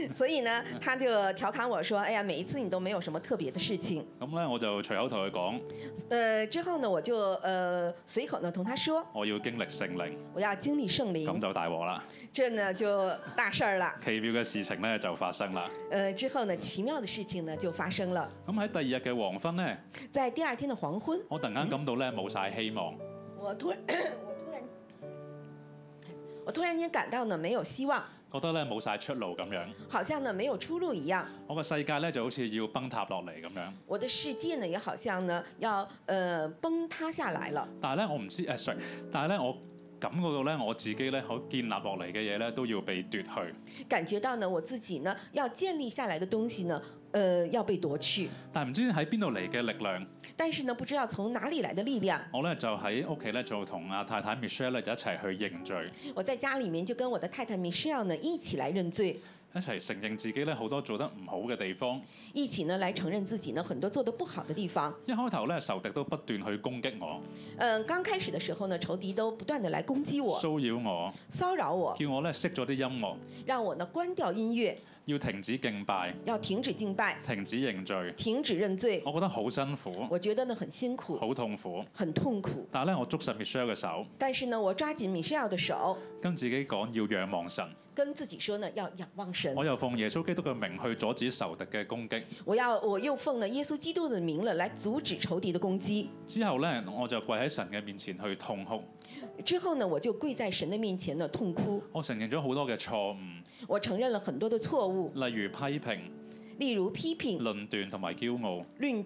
所以呢，他就調侃我說：哎呀，每一次你都沒有什麼特別的事情。 咁咧，我就隨口同佢講。 之後呢，我就隨口呢同他說： 我要經歷聖靈。 我要經歷聖靈。咁就大鑊啦。 這呢就大事兒啦。 奇妙嘅事情呢就發生啦。 之後呢，奇妙的事情呢就發生了。 咁喺第二日嘅黃昏呢， 在第二天的黃昏， 我突然間感到咧冇晒希望。 我突然間感到呢沒有希望。 覺得咧冇晒出路咁樣。 好像呢沒有出路一樣。 我個世界咧就好似要崩塌落嚟咁樣。 我的世界呢也好像呢要崩塌下來了。 但係咧我唔知但係咧我感覺到咧我自己咧可建立落嚟嘅嘢咧都要被奪去。 感覺到呢我自己呢要建立下來的東西呢，要被奪去。 但係唔知喺邊度嚟嘅力量。 但是呢，不知道從哪裡來的力量。 我咧就喺屋企咧就同阿太太 Michelle 咧就一齊去認罪。 我在家裡面就跟我的太太 Michelle 呢一起來認罪。 一齊承認自己咧好多做得唔好嘅地方。 一起呢來承認自己呢很多做得不好的地方。 一開頭咧仇敵都不斷去攻擊我。 剛開始的時候呢，仇敵都不斷地來攻擊我。 騷擾我。 騷擾我。 叫我咧熄咗啲音樂。 讓我呢關掉音樂。 要停止敬拜， 要停止敬拜， 停止認罪， 停止認罪。 我覺得好辛苦， 我覺得呢很辛苦， 好痛苦， 很痛苦。 但係咧，我捉實 Michelle 嘅手， 但是呢，我抓緊 Michelle 的手， 跟自己講要仰望神， 跟自己說呢要仰望神。 我又奉耶穌基督嘅名去阻止仇敵嘅攻擊。 我又奉呢耶穌基督的名了來阻止仇敵的攻擊。 之後咧，我就跪喺神嘅面前去痛哭。 之後呢，我就跪在神的面前呢痛哭。 我承認咗好多嘅錯誤。 我承認了很多的錯誤。 例如批評、論斷同埋驕傲。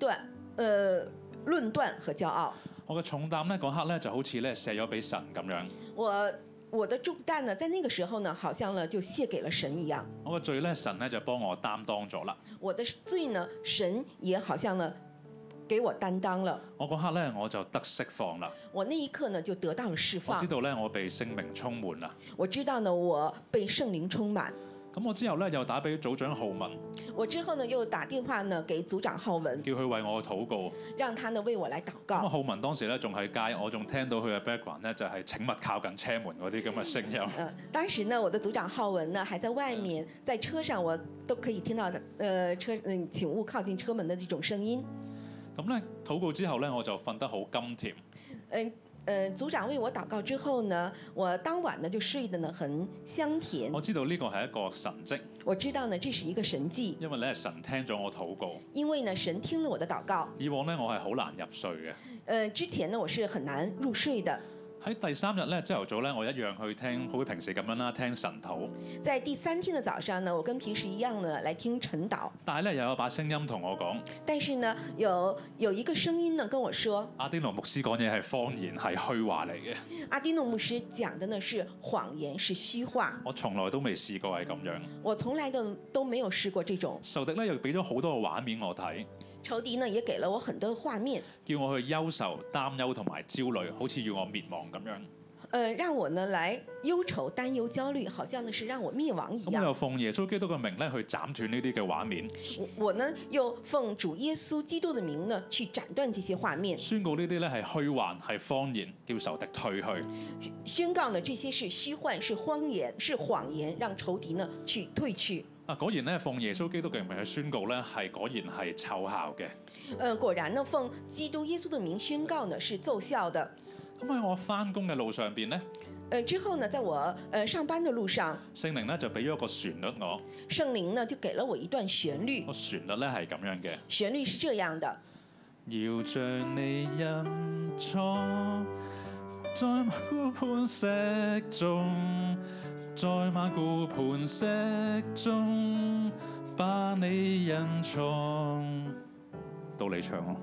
論斷和驕傲。 我嘅重擔咧嗰刻咧就好似咧卸咗俾神咁樣。 我的重擔呢，在那個時候呢，好像呢就卸給了神一樣。 我嘅罪咧，神咧就幫我擔當咗啦。 我的罪呢，神也好像呢給我擔當了。 我嗰刻咧我就得釋放啦。 我那一刻呢就得到了釋放。 我知道咧我被聖靈充滿啦。 我知道呢我被聖靈充滿。 咁我之後咧又打俾組長浩文。 我之後呢又打電話呢給組長浩文， 叫佢為我禱告。讓他呢為我來禱告。 咁浩文當時咧仲喺街，我仲聽到佢嘅 background 咧就係請勿靠近車門嗰啲咁嘅聲音。 當時呢我的組長浩文呢還在外面，在車上我都可以聽到請勿靠近車門的這種聲音。 咁咧禱告之後咧我就瞓得好甘甜。 組長為我禱告之後呢，我當晚呢就睡得呢很香甜。 我知道呢個係一個神蹟。 我知道呢這是一個神蹟。因為咧神聽咗我禱告。 因為呢神聽了我的禱告。 以往呢我係好難入睡嘅。 之前呢我是很難入睡的。 喺第3日咧，朝頭早咧，我一樣去聽，好似平時咁樣啦，聽神禱。 在第3天的早上呢，我跟平時一樣呢，來聽晨禱。 但係咧，又有把聲音同我講。 但是呢，有一個聲音呢，跟我說。阿丁諾牧師講嘢係謊言，係虛話嚟嘅。 阿丁諾牧師講的呢是謊言，是虛話。 我從來都未試過係咁樣。 我從來都沒有試過這種。 仇敵咧又俾咗好多個畫面我睇。 仇敵呢也給了我很多畫面， 叫我去憂愁、擔憂同埋焦慮，好似要我滅亡咁樣。 讓我呢來憂愁、擔憂、焦慮，好像呢是讓我滅亡一樣。 咁我又奉耶穌基督嘅名咧去斬斷呢啲嘅畫面。 我呢又奉主耶穌基督嘅名呢去斬斷這些畫面。 宣告呢啲咧係虛幻、係謊言，叫仇敵退去。 宣告呢這些是虛幻、是謊言、是謊言，讓仇敵呢去退去。 果然咧，奉耶穌基督嘅名去宣告咧，係果然係奏效嘅。 果然呢，奉基督耶穌的名宣告呢，是奏效的。 咁喺我返工嘅路上邊咧， 之後呢，在我上班的路上， 聖靈咧就俾咗一個旋律我。 聖靈呢就給了我一段旋律。 個旋律咧係咁樣嘅。 旋律是這樣的。 要將你隱藏在萬古磐石中。在萬古磐石中，把你隱藏。到你唱咯。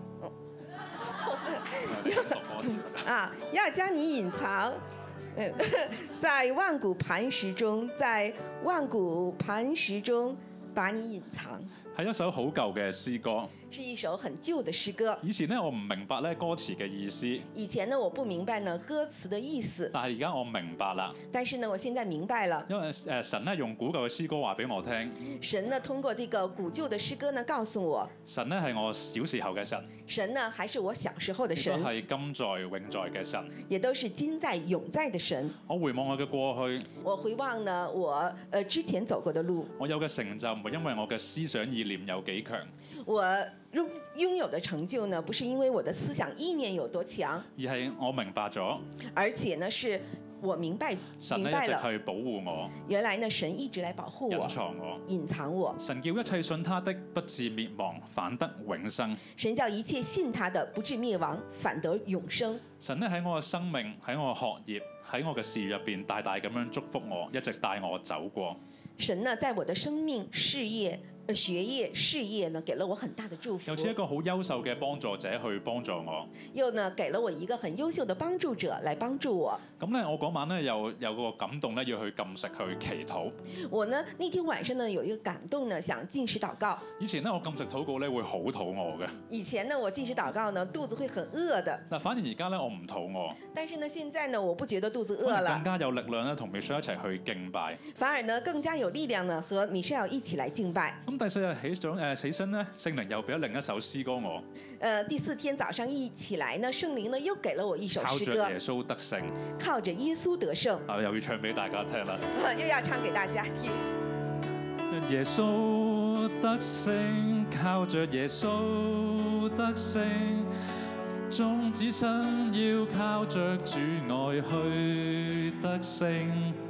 要將你隱藏，在萬古磐石中，在萬古磐石中把你隱藏。 係一首好舊嘅詩歌。 是一首很舊的詩歌。 以前呢，我唔明白咧歌詞嘅意思。 以前呢，我不明白呢歌詞的意思。 但係而家我明白啦。 但是呢，我現在明白了。 因為神咧用古舊嘅詩歌話俾我聽。 神呢通過這個古舊的詩歌呢，告訴我。 神呢係我小時候嘅神。 神呢還是我小時候的神。 亦都係今在永在嘅神。 也都是今在永在的神。 我回望我嘅過去。 我回望呢我之前走過的路。 我有嘅成就唔係因為我嘅思想意念有幾強。 我擁有的成就呢，不是因為我的思想意念有多強， 而係我明白咗。 而且呢，是我明白神呢一直去保護我。 原來呢，神一直來保護我， 隱藏我， 隱藏我。 神叫一切信他的不至滅亡，反得永生。 神叫一切信他的不至滅亡，反得永生。 神呢喺我嘅生命、喺我嘅學業、喺我嘅事業入邊，大大咁樣祝福我，一直帶我走過。 神呢，在我的生命、事業、學業、事業呢，給了我很大的祝福。 又似一個好優秀嘅幫助者去幫助我。 又呢，給了我一個很優秀的幫助者來幫助我。 咁呢，我嗰晚呢又有個感動呢，要去禁食去祈禱。 我呢那天晚上呢有一個感動呢，想禁食禱告。 以前呢我禁食禱告呢會好肚餓嘅。 以前呢我禁食禱告呢肚子會很餓的。 嗱，反而而家呢我唔肚餓。 但是呢現在呢我不覺得肚子餓了。 更加有力量呢同 Michelle 一齊去敬拜。 反而呢更加有力量呢和 Michelle 一起來敬拜。 咁第4日起身呢，聖靈又俾咗另一首詩歌我。 第4天早上一起來呢，聖靈呢又給了我一首詩歌。 靠着耶穌得勝。 靠着耶穌得勝。 又要唱俾大家聽啦。 又要唱給大家聽。 耶穌得勝，靠着耶穌得勝，眾子身要靠着主愛去得勝。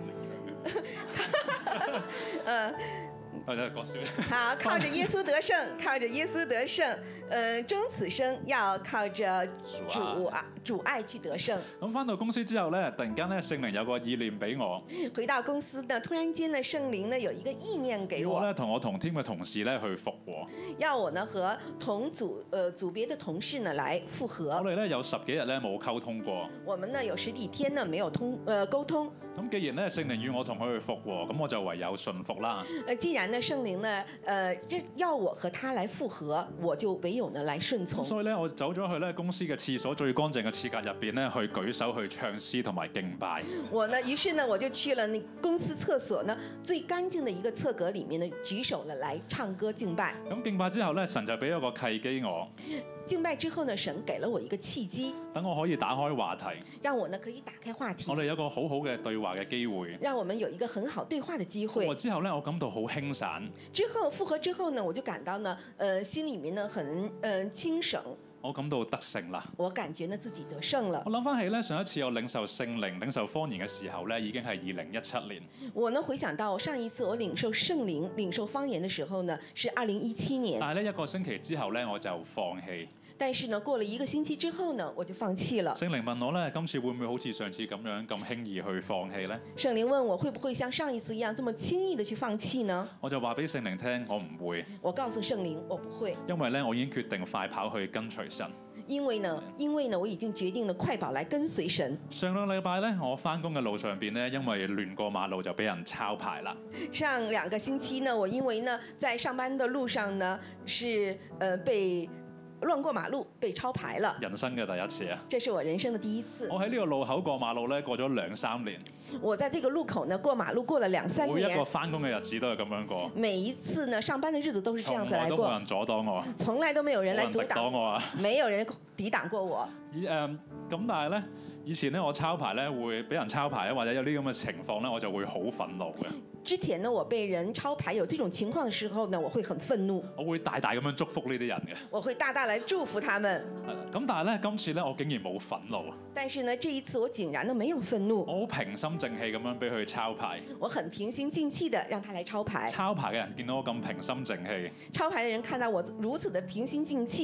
好，靠着耶穌得勝，靠着耶穌得勝。終此生要靠着主愛去得勝。 咁返到公司之後咧，突然間咧聖靈有個意念俾我。 回到公司呢，突然間呢聖靈呢有一個意念給我。 要我咧同我同 team 嘅同事咧去復和。 要我呢和同組別的同事呢來復和。 我哋咧有10幾日咧冇溝通過。 我們呢有10幾天呢沒有溝通。 咁既然咧聖靈與我同佢去復和，咁我就唯有順服啦。 既然呢聖靈呢要我和他來復和，我就唯有呢來順從。 所以咧我走咗去咧公司嘅廁所最乾淨嘅廁格入邊咧去舉手去唱詩同埋敬拜。 我呢於是呢我就去了那公司廁所呢最乾淨的一個廁格裡面呢舉手了來唱歌敬拜。 咁敬拜之後咧神就俾咗個契機我。 敬拜之後呢，神給了我一個契機， 等我可以打開話題， 讓我呢可以打開話題。 我哋有個好好嘅對話嘅機會， 讓我們有一個很好對話的機會。 之後呢，我感到好輕省。 之後復合之後呢，我就感到呢，心裡面呢很輕省。 我感到得勝啦！ 我感覺呢自己得勝了。 我諗翻起咧上一次我領受聖靈、領受方言嘅時候咧，已經係2017年。 我呢回想到上一次我領受聖靈、領受方言嘅時候呢，是2017年。 但係呢，1個星期之後咧，我就放棄。 但是呢，過了1個星期之後呢，我就放棄了。 聖靈問我咧，今次會唔會好似上次咁樣咁輕易去放棄呢？ 聖靈問我會不會像上一次一樣這麼輕易的去放棄呢？ 我就話俾聖靈聽，我唔會。 我告訴聖靈，我不會。 因為咧，我已經決定快跑去跟隨神。 因為呢，我已經決定了快跑來跟隨神。 上個禮拜呢，我返工嘅路上邊呢，因為亂過馬路就俾人抄牌啦。 上2個星期呢，我因為呢在上班的路上呢，是被亂過馬路被抄牌了。 人生嘅第一次啊！ 這是我人生的第一次。 我喺呢個路口過馬路咧，過咗2-3年。 我在這個路口呢過馬路過了2-3年。 每一個返工嘅日子都係咁樣過。 每一次呢上班的日子都是這樣子來過。 從來都冇人阻擋我。 從來都沒有人來阻擋我啊！ 沒有人抵擋過我。 咁但係咧，以前咧我抄牌咧會俾人抄牌啊，或者有啲咁嘅情況咧，我就會好憤怒嘅。 之前呢，我被人抄牌有這種情況的時候呢，我會很憤怒。 我會大大咁樣祝福呢啲人嘅。 我會大大來祝福他們。 咁但係咧，今次咧我竟然冇憤怒。 但是呢，這一次我竟然呢沒有憤怒。 我好平心靜氣咁樣俾佢抄牌。 我很平心靜氣的讓他來抄牌。 抄牌嘅人見到我咁平心靜氣。 抄牌嘅人看到我如此的平心靜氣。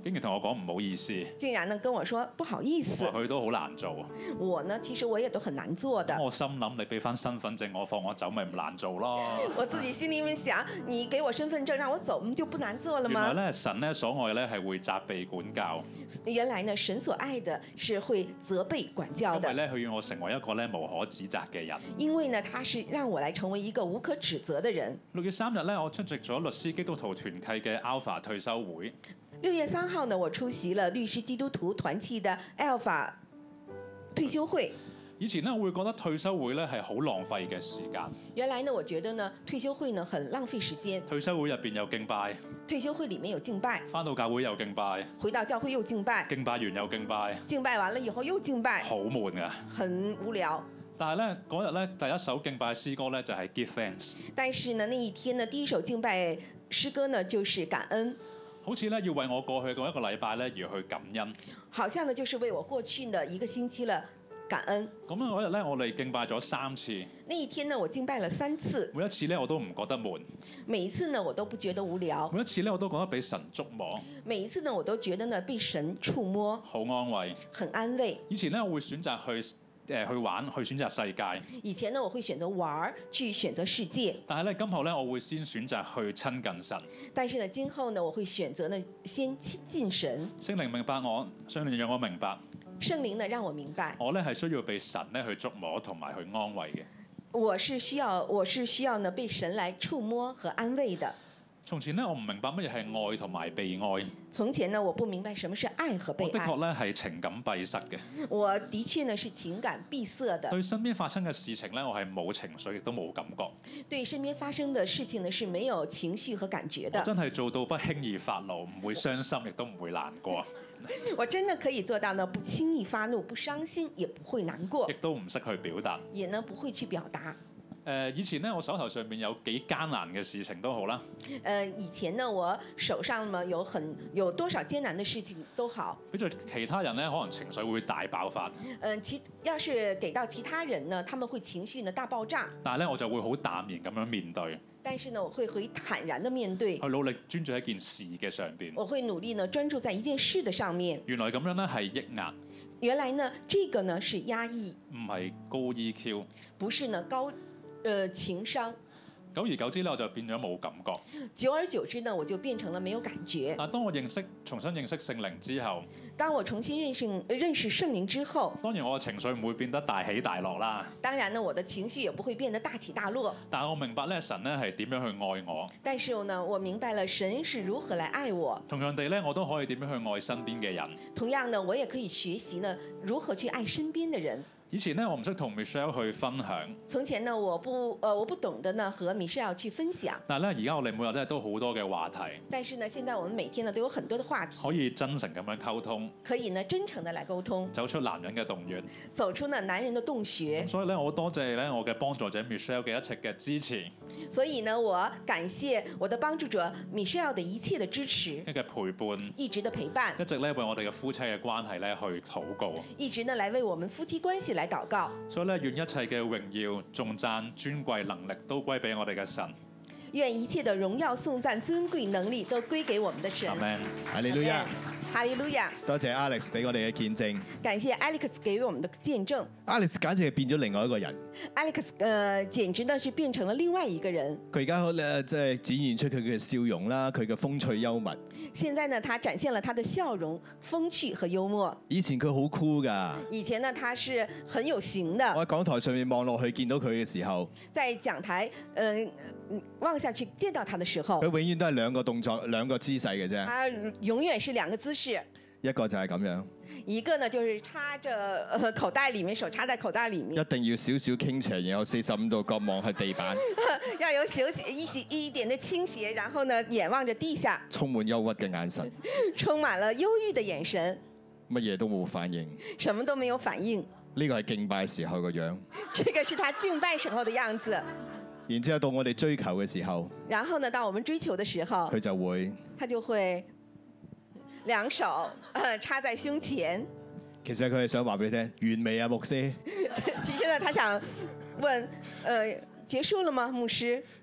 竟然同我講唔好意思， 竟然呢跟我說不好意思。 佢都好難做。 我呢其實我也都很難做的。 我心諗你俾翻身份證我放我走咪唔難做咯。 我自己心裡面想，你給我身份證讓我走，就不難做了嗎？ 原來咧神咧所愛咧係會責備管教。 原來呢神所愛的是會責備管教的。 因為咧佢要我成為一個咧無可指責嘅人。 因為呢他是讓我來成為一個無可指責的人。 6月3日咧我出席咗律師基督徒團契嘅 Alpha 退休會。 6月3號呢，我出席了律師基督徒團契的 Alpha 退休會。 以前呢，我會覺得退休會呢係好浪費嘅時間。 原來呢，我覺得呢退休會呢很浪費時間。 退休會入邊有敬拜。 退休會裡面有敬拜。 返到教會又敬拜。 回到教會又敬拜。 敬拜完又敬拜。 敬拜完了以後又敬拜。 好悶㗎。 很無聊。 但係咧嗰日咧第一首敬拜詩歌咧就係 Give Thanks。 但是呢那一天呢第一首敬拜詩歌呢就是感恩。 好似咧要為我過去嗰一個禮拜咧而去感恩。 好像呢就是為我過去的一個星期了感恩。 咁樣嗰日咧我哋敬拜咗3次。 那一天呢我敬拜了3次。 每一次咧我都唔覺得悶。 每一次呢我都不覺得無聊。 每一次咧我都覺得俾神觸摸。 每一次呢我都覺得呢被神觸摸。 好安慰。 很安慰。 以前咧我會選擇去玩，去選擇世界。 以前呢，我會選擇玩，去選擇世界。 但係咧，今後咧，我會先選擇去親近神。 但是呢，今後呢，我會選擇呢，先親近神。 聖靈明白我，聖靈讓我明白。 聖靈呢，讓我明白。 我咧係需要被神咧去觸摸同埋去安慰嘅。 我是需要呢被神來觸摸和安慰的。 從前呢，我唔明白乜嘢係愛同埋被愛。 從前呢，我不明白什麼是愛和被愛。 我的確咧係情感閉塞嘅。 我的確呢是情感閉塞的。 對身邊發生嘅事情呢，我係冇情緒亦都冇感覺。 對身邊發生的事情呢，是沒有情緒和感覺的。 我真係做到不輕易發怒，唔會傷心，亦都唔會難過。 我真的可以做到呢，不輕易發怒，不傷心，也不會難過。 亦都唔識去表達。 也呢不會去表達。 以前呢，我手頭上面有幾艱難嘅事情都好啦。 以前呢，我手上呢有多少艱難的事情都好。 比在其他人呢，可能情緒會大爆發。 要是給到其他人呢，他們會情緒呢大爆炸。 但係咧，我就會好淡然咁樣面對。 但是呢，我會坦然的面對。 去努力專注喺一件事嘅上邊。 我會努力呢專注在一件事的上面。 原來咁樣呢係抑壓。 原來呢，這個呢是壓抑。 唔係高 EQ。 不是呢高。情商， 久而久之咧，我就變咗冇感覺。 久而久之呢，我就變成了沒有感覺。 但當我重新認識聖靈之後， 當我重新認識聖靈之後， 當然我嘅情緒唔會變得大起大落啦。 當然呢，我的情緒也不會變得大起大落。 但我明白咧，神咧係點樣去愛我。 但是呢，我明白了神是如何來愛我。 同樣地咧，我都可以點樣去愛身邊嘅人。 同樣呢，我也可以學習呢如何去愛身邊的人。 以前呢，我唔識同 Michelle 去分享。 從前呢，我不懂得呢和 Michelle 去分享。 但係咧，而家我哋每日咧都好多嘅話題。 但是呢，現在我們每天呢都有很多的話題。 可以真誠咁樣溝通。 可以呢真誠地來溝通。 走出男人嘅洞穴。 走出呢男人的洞穴。 所以咧，我多謝咧我嘅幫助者 Michelle 嘅一切嘅支持。 所以呢，我感謝我的幫助者 Michelle 的一切的支持。 一嘅陪伴。 一直的陪伴。 一直咧為我哋嘅夫妻嘅關係咧去禱告。 一直呢來為我們夫妻關係來禱告。 所以咧，願一切嘅榮耀、頌讚、尊貴能力都歸俾我哋嘅神。 願一切的榮耀、頌讚、尊貴能力都歸給我們的神。 阿門。 哈利路亞。 哈利路亞。 多謝 Alex 俾我哋嘅見證。 感謝 Alex 給予我們的見證。 Alex 簡直係變咗另外一個人。 Alex 簡直呢是變成了另外一個人。 佢而家咧即係展現出佢嘅笑容啦，佢嘅風趣幽默。 現在呢，他展現了他的笑容、風趣和幽默。 以前佢好酷㗎。 以前呢，他是很有型的。 我喺講台上面望落去見到佢嘅時候， 在講台望下去見到他的時候， 佢永遠都係兩個動作、兩個姿勢嘅啫。 他永遠是兩個姿勢。 一個就係咁樣。 一個呢，就是插着口袋裡面，手插在口袋裡面。 一定要少少傾斜，然後45度角望去地板。 要有一點的傾斜，然後呢，眼望着地下。 充滿憂鬱嘅眼神。 充滿了憂鬱的眼神。 乜嘢都冇反應。 什麼都沒有反應。 呢個係敬拜時候個樣。 這個是他敬拜時候的樣子。 然之後到我哋追求嘅時候。 然後呢，到我們追求的時候。 佢就會。 他就會。兩手插在胸前。 其實佢係想話俾你聽，完美啊，牧師。 其實呢，他想問，結束了嗎，牧師？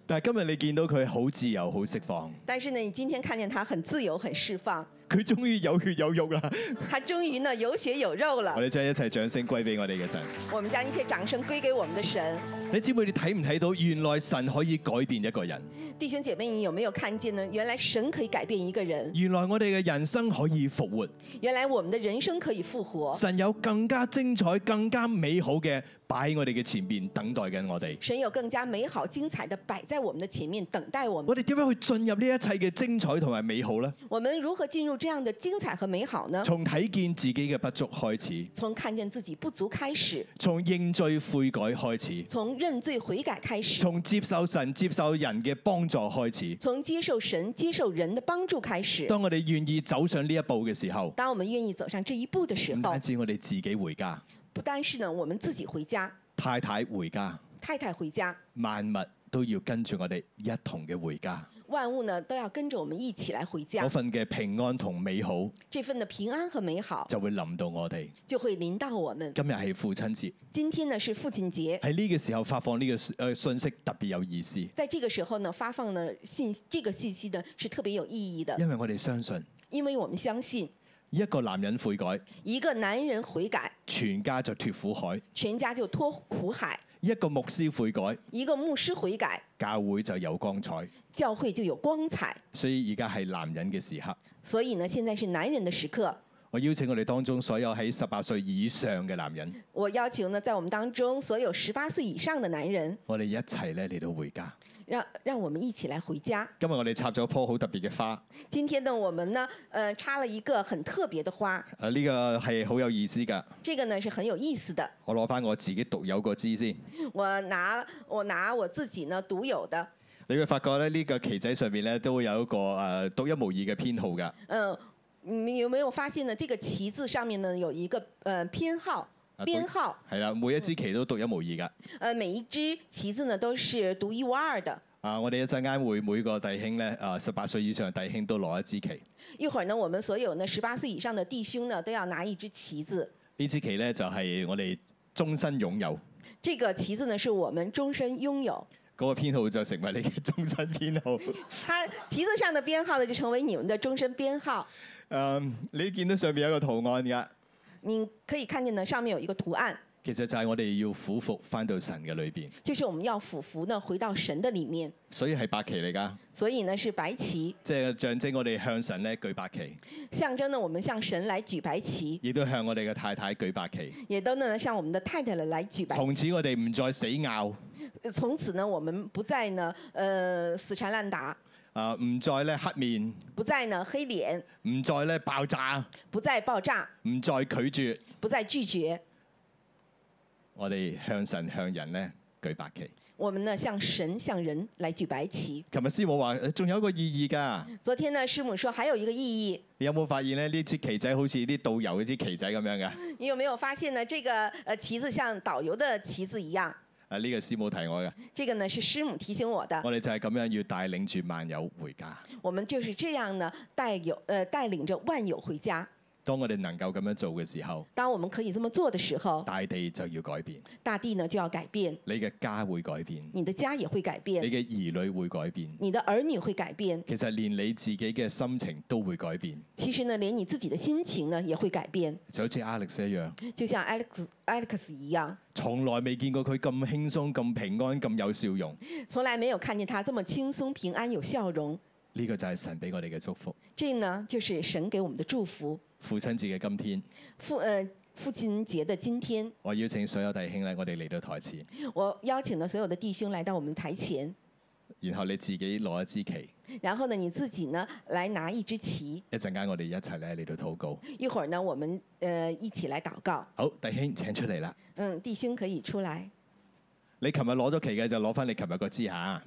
但係今日你見到佢好自由、好釋放。 但是呢，你今天看見他很自由、很釋放。 佢終於有血有肉啦！ 他終於呢有血有肉了。 我哋將一切掌聲歸俾我哋嘅神。 我們將一切掌聲歸給我們的神。 你姊妹，你睇唔睇到原來神可以改變一個人？ 弟兄姐妹，你有沒有看見呢？原來神可以改變一個人。 原來我哋嘅人生可以復活。 原來我們的人生可以復活。 神有更加精彩、更加美好嘅擺喺我哋嘅前面，等待緊我哋。 神有更加美好、精彩的擺在我們的前面，等待我們。 我哋點樣去進入呢一切嘅精彩同埋美好呢？ 我們如何進入這樣的精彩和美好呢？ 從睇見自己嘅不足開始。 從看見自己不足開始。 從認罪悔改開始。 從認罪悔改開始。 從接受神、接受人嘅幫助開始。 從接受神、接受人的幫助開始。 當我哋願意走上呢一步嘅時候， 當我們願意走上這一步的時候， 唔單止我哋自己回家， 不單是呢，我們自己回家， 太太回家， 太太回家， 萬物都要跟住我哋一同嘅回家。 萬物呢都要跟着我們一起來回家。 嗰份嘅平安同美好， 這份的平安和美好就會臨到我哋， 就會臨到我們。 今日係父親節， 今天呢是父親節。 喺呢個時候發放呢個信息特別有意思。 在這個時候呢發放呢這個信息呢是特別有意義的。 因為我哋相信， 因為我們相信一個男人悔改， 一個男人悔改， 全家就脫苦海， 全家就脫苦海。 一個牧師悔改， 一個牧師悔改， 教會就有光彩， 教會就有光彩。 所以而家係男人嘅時刻。 所以呢，現在是男人的時刻。 我邀請我哋當中所有喺18歲以上嘅男人， 我邀請呢，在我們當中所有18歲以上的男人， 我哋一齊咧嚟到回家。 讓我們一起來回家。 今日我哋插咗棵好特別嘅花。 今天呢，我們呢，插了一個很特別的花。 呢個係好有意思㗎。 這個呢是很有意思的。 我攞返我自己獨有個枝先。 我拿我自己呢獨有的。 你會發覺咧，呢個旗仔上面咧都會有一個獨一無二嘅編號㗎。 你有沒有發現呢？這個旗子上面呢有一個編號。編號係啦，每一支旗都獨一無二㗎。 每一支旗子呢都是獨一無二的。 我哋一陣間會每個弟兄咧，18歲以上嘅弟兄都攞一支旗。 一會兒呢，我們所有呢18歲以上的弟兄呢都要拿一支旗子。 呢支旗咧就係我哋終身擁有。 這個旗子呢是我們終身擁有。 嗰個編號就成為你嘅終身編號。 它旗子上的編號呢就成為你們的終身編號。 你見到上面有一個圖案㗎。 你可以看見呢，上面有一個圖案。 其實就係我哋要俯伏返到神嘅裏邊。 就是我們要俯伏呢，回到神的裡面。 所以係白旗嚟㗎。 所以呢是白旗。 即係象徵我哋向神咧舉白旗。 象徵呢，我們向神來舉白旗。 亦都向我哋嘅太太舉白旗。 也都呢向我們的太太來舉白旗。 從此我哋唔再死拗。 從此呢，我們不再呢，死纏爛打。 唔再咧黑面， 不再呢黑臉， 唔再咧爆炸， 不再爆炸， 唔再拒絕， 不再拒絕。 我哋向神向人咧舉白旗。 我們呢向神向人來舉白旗。 琴日師母話仲有一個意義㗎。 昨天呢師母說還有一個意義。 你有冇發現咧呢支旗仔好似啲導遊嗰支旗仔咁樣㗎？ 你有沒有發現呢？這個旗子像導遊的旗子一樣。 呢個師母提我嘅。 這個呢是師母提醒我的。 我哋就係咁樣要帶領住萬有回家。 我們就是這樣呢，帶領着萬有回家。 當我哋能夠咁樣做嘅時候， 當我們可以這麼做的時候， 大地就要改變。 大地呢就要改變。 你嘅家會改變。 你的家也會改變。 你嘅兒女會改變。 你的兒女會改變。 其實連你自己嘅心情都會改變。 其實呢，連你自己的心情呢也會改變。 就好似 Alex 一樣。 就像 Alex 一樣。 從來未見過佢咁輕鬆、咁平安、咁有笑容。 從來沒有看見他這麼輕鬆、平安、有笑容。 呢個就係神俾我哋嘅祝福。 這呢，就是神給我們的祝福。 父親節嘅今天。 父親節的今天。 我邀請所有弟兄咧，我哋嚟到台前。 我邀請了所有的弟兄來到我們台前。 然後你自己攞一支旗。 然後呢，你自己呢來拿一支旗。 一陣間我哋一齊咧嚟到禱告。 一會兒呢，我們一起來禱告。 好，弟兄請出嚟啦。 弟兄可以出來。 你琴日攞咗旗嘅就攞翻你琴日個支嚇。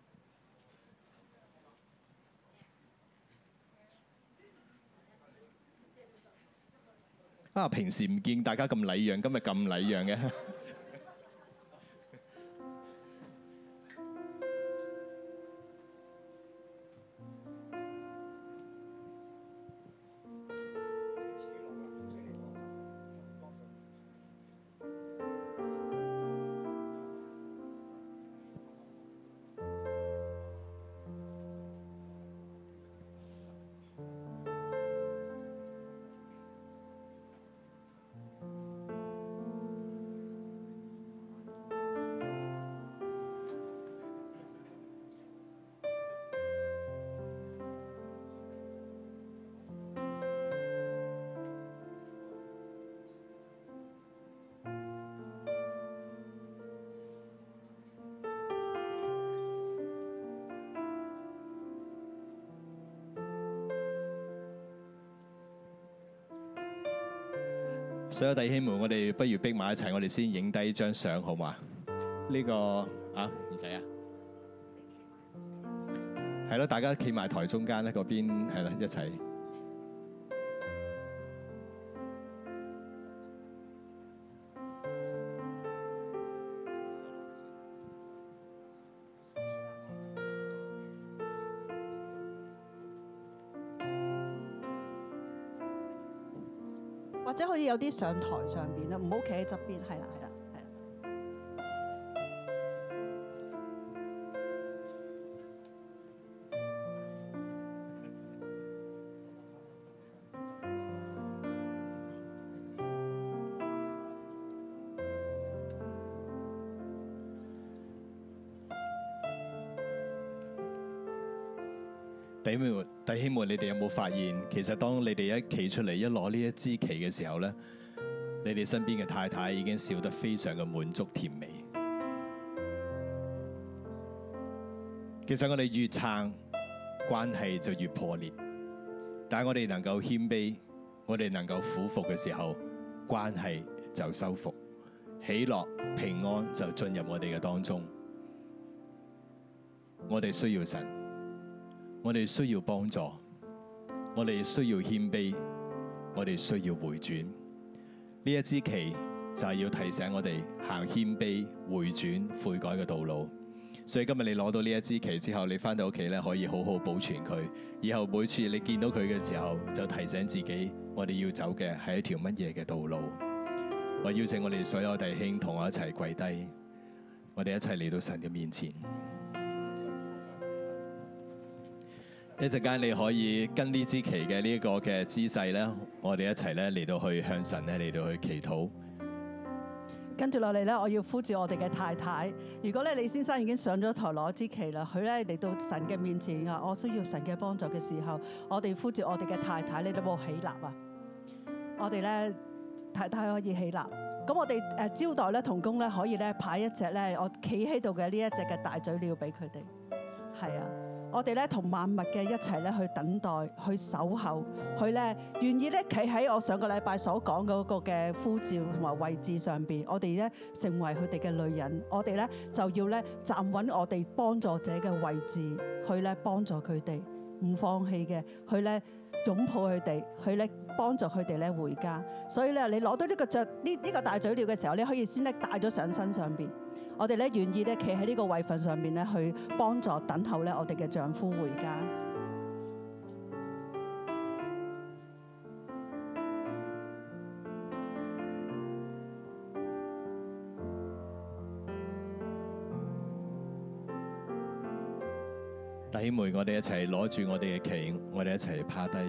平時唔見大家咁禮讓，今日咁禮讓嘅。 所有弟兄們，我哋不如逼埋一齊，我哋先影低張相好嘛？呢個啊唔使啊，係咯，大家企埋台中間咧，嗰邊係啦，一齊。 或者可以有啲上台上邊啦，唔好企喺側邊，係啦係啦係啦。 弟兄們，你哋有冇發現，其實當你哋一企出嚟，一攞呢一支旗嘅時候咧，你哋身邊嘅太太已經笑得非常嘅滿足甜美。其實我哋越撐，關係就越破裂。但係我哋能夠謙卑，我哋能夠俯伏嘅時候，關係就修復，喜樂平安就進入我哋嘅當中。我哋需要神。我哋需要幫助，我哋需要謙卑，我哋需要回轉。呢一支旗就係要提醒我哋行謙卑、回轉、悔改嘅道路。所以今日你攞到呢一支旗之後，你返到屋企咧可以好好保存佢。以後每次你見到佢嘅時候，就提醒自己，我哋要走嘅係一條乜嘢嘅道路。我邀請我哋所有弟兄同我一齊跪低，我哋一齊嚟到神嘅面前。一陣間你可以跟呢支旗嘅呢個嘅姿勢咧，我哋一齊咧嚟到去向神咧嚟到去祈禱。 跟住落嚟咧，我要呼召我哋嘅太太。如果咧李先生已經上咗台攞支旗啦，佢咧嚟到神嘅面前啊，我需要神嘅幫助嘅時候，我哋呼召我哋嘅太太，你哋有冇起立啊？我哋咧太太可以起立。咁我哋招待咧同工咧可以咧派一隻咧我企喺度嘅呢一隻嘅大嘴鳥俾佢哋。係啊。我哋咧同萬物嘅一齊咧去等待、去守候、去咧願意咧企喺我上個禮拜所講嗰個嘅呼召同埋位置上邊，我哋咧成為佢哋嘅女人，我哋咧就要咧站穩我哋幫助者嘅位置，去咧幫助佢哋，唔放棄嘅，去咧擁抱佢哋，去咧幫助佢哋咧回家。所以咧，你攞到呢個呢個大嘴鳥嘅時候，你可以先咧帶咗上身上邊。我哋咧願意咧企喺呢個位份上面咧，去幫助等候咧我哋嘅丈夫回家。 弟兄妹，我哋一齊攞住我哋嘅旗，我哋一齊趴低，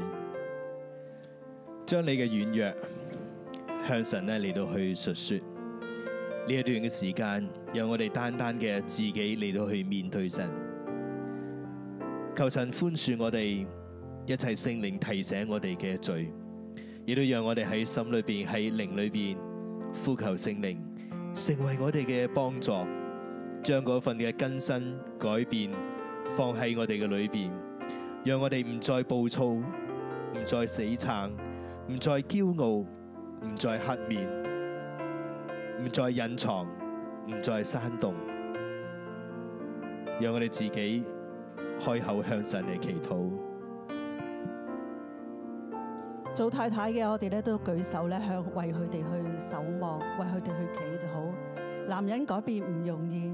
將你嘅軟弱向神咧嚟到去述說。呢一段嘅時間，讓我哋單單嘅自己嚟到去面對神，求神寬恕我哋一切聖靈提醒我哋嘅罪，亦都讓我哋喺心裏邊、喺靈裏邊呼求聖靈成為我哋嘅幫助，將嗰份嘅更新改變放喺我哋嘅裏邊，讓我哋唔再暴躁，唔再死撐，唔再驕傲，唔再黑面，唔再隱藏，唔再煽動，讓我哋自己開口向神嚟祈禱。 做太太嘅我哋咧都舉手咧向為佢哋去守望，為佢哋去祈禱。男人改變唔容易，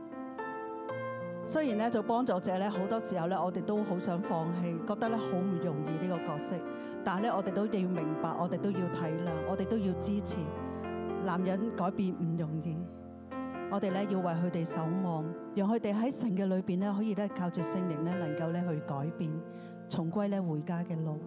雖然咧做幫助者咧好多時候咧我哋都好想放棄，覺得咧好唔容易呢個角色，但係咧我哋都要明白，我哋都要體諒，我哋都要支持。男人改變唔容易，我哋咧要為佢哋守望，讓佢哋喺神嘅裏邊咧可以咧靠住聖靈咧能夠咧去改變，重歸咧回家嘅路。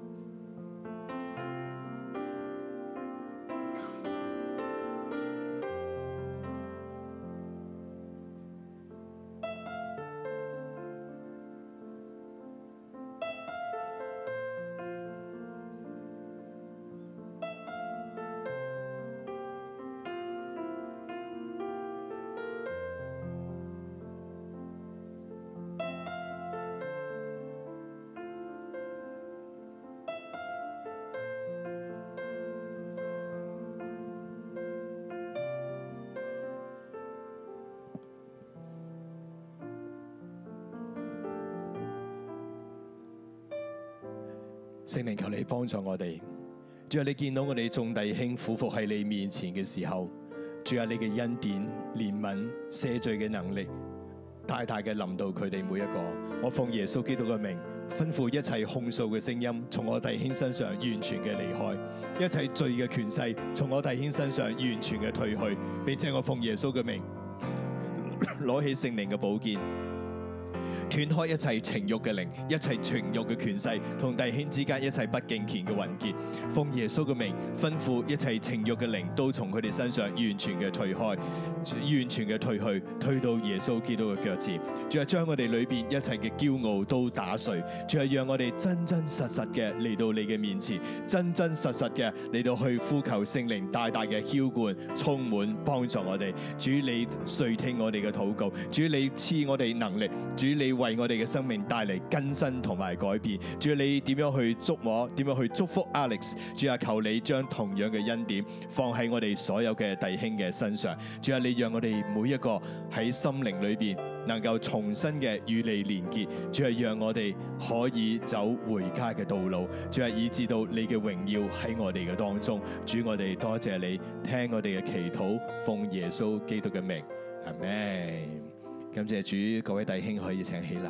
聖靈求你幫助我哋。主啊，你見到我哋眾弟兄俯伏喺你面前嘅時候，主啊，你嘅恩典、憐憫、赦罪嘅能力，大大嘅臨到佢哋每一個。我奉耶穌基督嘅名，吩咐一切控訴嘅聲音從我弟兄身上完全嘅離開，一切罪嘅權勢從我弟兄身上完全嘅退去，並且我奉耶穌嘅名攞起聖靈嘅寶劍，斷開一切情慾嘅靈，一切情慾嘅權勢，同弟兄之間一切不敬虔嘅混結。奉耶穌嘅名，吩咐一切情慾嘅靈都從佢哋身上完全嘅退開，完全嘅退去，退到耶穌基督嘅腳前。主啊，將我哋裏邊一切嘅驕傲都打碎。主啊，讓我哋真真實實嘅嚟到你嘅面前，真真實實嘅嚟到去呼求聖靈大大嘅澆灌、充滿、幫助我哋。主，你垂聽我哋嘅禱告。主，你賜我哋能力。主，你為我哋嘅生命帶嚟更新同埋改變。主，你點樣去觸摸，點樣去祝福 Alex。主啊，求你將同樣嘅恩典放喺我哋所有嘅弟兄嘅身上。主啊，你讓我哋每一個喺心靈裏邊能夠重新嘅與你連結。主啊，讓我哋可以走回家嘅道路。主啊，以致到你嘅榮耀喺我哋嘅當中。主，我哋多謝你聽我哋嘅祈禱，奉耶穌基督嘅名，阿們。感謝主，各位弟兄可以請起立。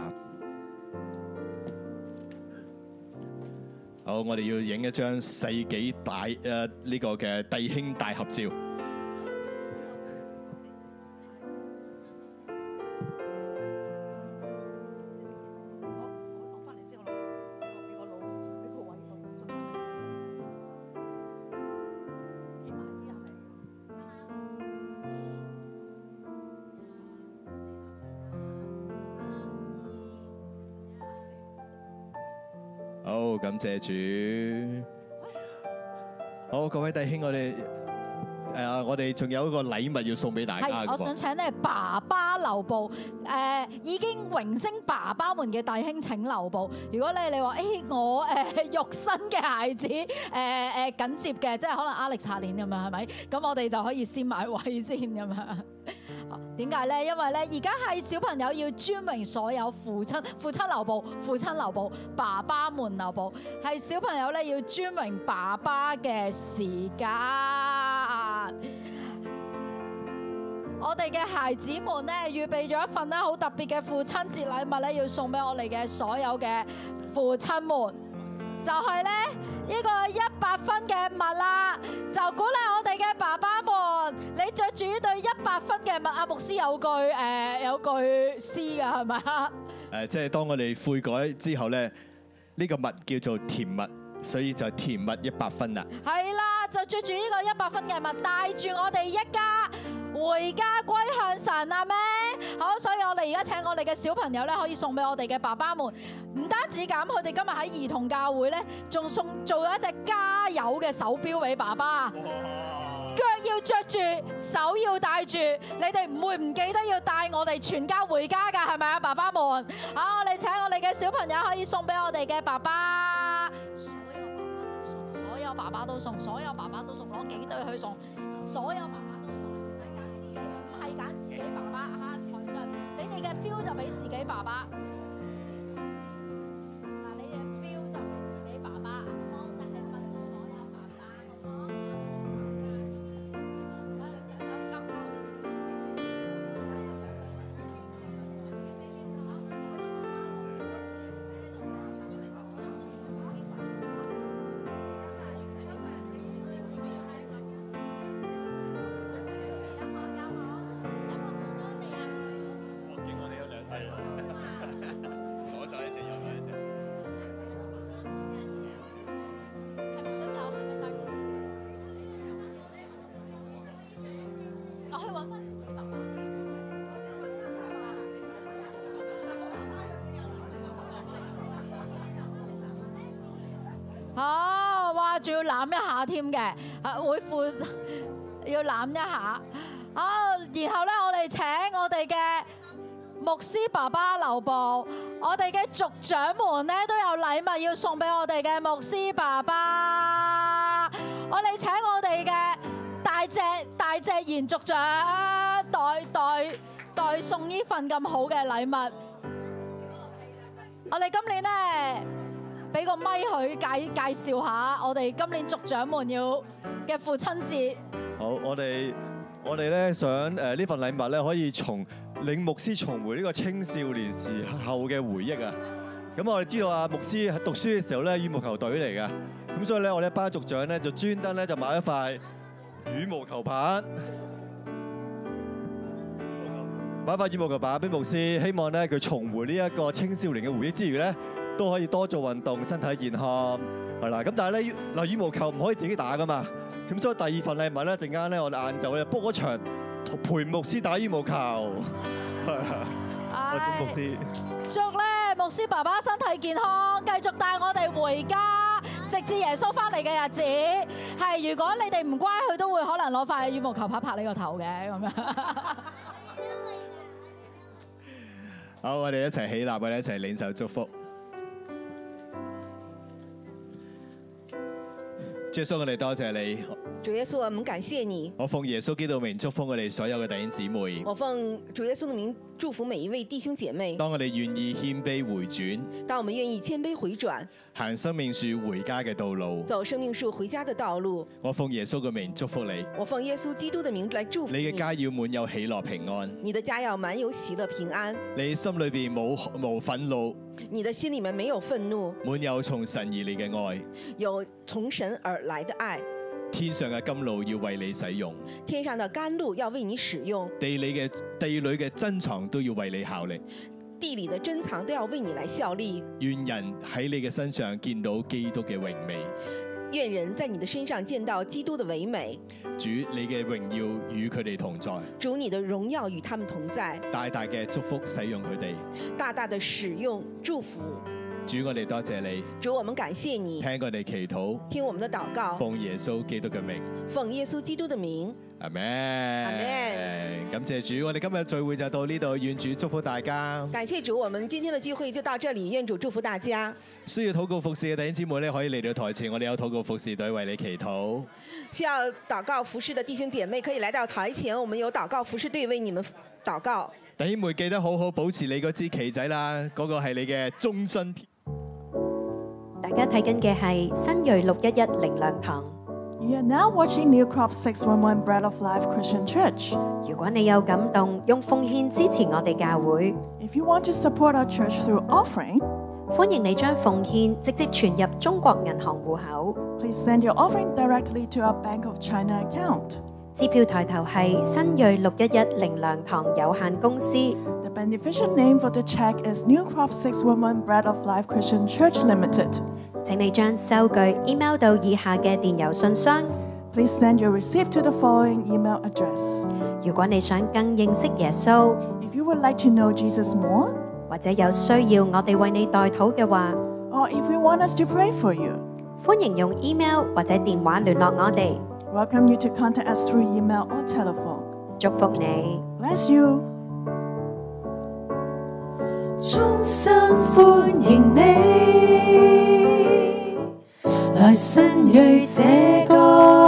好，我哋要影一張世紀大呢個嘅弟兄大合照。好，感謝主。好，各位弟兄，我哋仲有一個禮物要送俾大家。 係，我想請咧爸爸留步，已經榮升爸爸們嘅弟兄請留步。如果你話我肉身嘅孩子緊接嘅，即係可能 Alex 下年咁樣係咪？咁我哋就可以先買位先咁樣。點解咧？因為咧，而家係小朋友要尊榮所有父親留步，父親留步，爸爸們留步，係小朋友咧要尊榮爸爸嘅時間。我哋嘅孩子們咧預備咗一份咧好特別嘅父親節禮物咧，要送俾我哋嘅所有嘅父親們，就係咧呢個100分嘅襪啦，就鼓勵我哋嘅爸爸們，你着住呢對100分嘅襪，阿牧師有句詩㗎係咪啊？ 即係當我哋悔改之後咧，呢個襪叫做甜蜜，所以就甜蜜100分啦。 係啦，就着住呢個100分嘅襪，帶住我哋一家回家歸向神啊咩？好，所以我哋而家請我哋嘅小朋友咧，可以送俾我哋嘅爸爸們。唔單止咁，佢哋今日喺兒童教會咧，仲做咗一隻加油嘅手錶俾爸爸。腳要着住，手要戴住，你哋唔會唔記得要帶我哋全家回家㗎，係咪啊，爸爸們？好，我哋請我哋嘅小朋友可以送俾我哋嘅爸爸。所有爸爸都送，所有爸爸都送，攞幾對去送，所有爸爸都送，唔使揀自己，唔係揀自己爸爸嚇。台上，你哋嘅錶就俾自己爸爸。嗱，你哋嘅錶就俾自己爸爸，好冇？但係問咗所有爸爸，好冇？哇！仲要攬一下添嘅，要攬一下。好，然後咧，我哋請我哋嘅牧師爸爸留步，我哋嘅族長們咧都有禮物要送俾我哋嘅牧師爸爸。我哋請我哋嘅大隻賢族長代送呢份咁好嘅禮物。我哋今年咧俾俾個咪佢介紹下我哋今年族長們要嘅父親節。 好，我哋咧想呢份禮物咧可以令牧師重回呢個青少年時候嘅回憶啊！咁我哋知道啊，牧師喺讀書嘅時候咧羽毛球隊嚟嘅，咁所以咧我哋班族長咧就專登咧就買一塊羽毛球板，俾牧師，希望咧佢重回呢一個青少年嘅回憶之餘咧，都可以多做運動，身體健康係啦。咁但係咧羽毛球唔可以自己打噶嘛，咁所以第二份禮物咧陣間咧我哋晏晝咧 book 嗰場陪牧師打羽毛球，係啊，牧師祝咧牧師爸爸身體健康，繼續帶我哋回家，直至耶穌翻嚟嘅日子。係，如果你哋唔乖，佢都會可能攞塊羽毛球拍拍你個頭嘅咁樣。 好，我哋一齊起立，我哋一齊領受祝福。主耶穌，我哋多謝你。 主耶穌，我們感謝你。 我奉耶穌基督名祝福我哋所有嘅弟兄姊妹。 我奉主耶穌的名祝福每一位弟兄姐妹。 當我哋願意謙卑回轉， 當我們願意謙卑回轉， 行生命樹回家嘅道路， 走生命樹回家的道路。 我奉耶穌嘅名祝福你。 我奉耶穌基督的名來祝福你。 你嘅家要滿有喜樂平安。 你的家要滿有喜樂平安。 你心裏邊冇憤怒。 你的心裡面沒有憤怒。 滿有從神而嚟嘅愛。 有從神而來的愛。 天上嘅甘露要為你使用， 天上的甘露要為你使用， 地裏嘅珍藏都要為你效力， 地裏的珍藏都要為你來效力。 願人喺你嘅身上見到基督嘅榮美， 願人在你的身上見到基督的唯美。 主，你嘅榮耀與佢哋同在， 主，你的榮耀與他們同在， 大大嘅祝福使用佢哋， 大大的使用祝福。 主，我哋多謝你。 主，我們感謝你。 聽我哋祈禱， 聽我們的禱告。 奉耶穌基督嘅名。 奉耶穌基督的名。 阿門。 阿門。 感謝主，我哋今日聚會就到呢度，願主祝福大家。 感謝主，我們今天的聚會就到這裡，願主祝福大家。 需要禱告服侍嘅弟兄姊妹咧，可以嚟到台前，我哋有禱告服侍隊為你祈禱。 需要禱告服侍的弟兄姐妹可以來到台前，我們有禱告服侍隊為你們禱告。 弟兄妹記得好好保持你嗰支旗仔啦，嗰個係你嘅終身。 大家睇緊嘅係新銳611靈糧堂。 You are now watching New Crop 611 Bread of Life Christian Church. 如果你有感動，用奉獻支持我哋教會。 If you want to support our church through offering, 歡迎你將奉獻直接存入中國銀行戶口。 Please send your offering directly to our Bank of China account. 支票抬頭係新銳611靈糧堂有限公司。 The beneficial name for the check is New Crop 611 Bread of Life Christian Church Limited. 請你將收據 email 到以下嘅電郵信箱。 Please send your receipt to the following email address. 如果你想更認識耶穌， If you would like to know Jesus more, 或者有需要我哋為你代禱嘅話， or if you want us to pray for you, 歡迎用 email 或者電話聯絡我哋。 Welcome you to contact us through email or telephone. 祝福你。 Bless you. 衷心歡迎你來新銳這個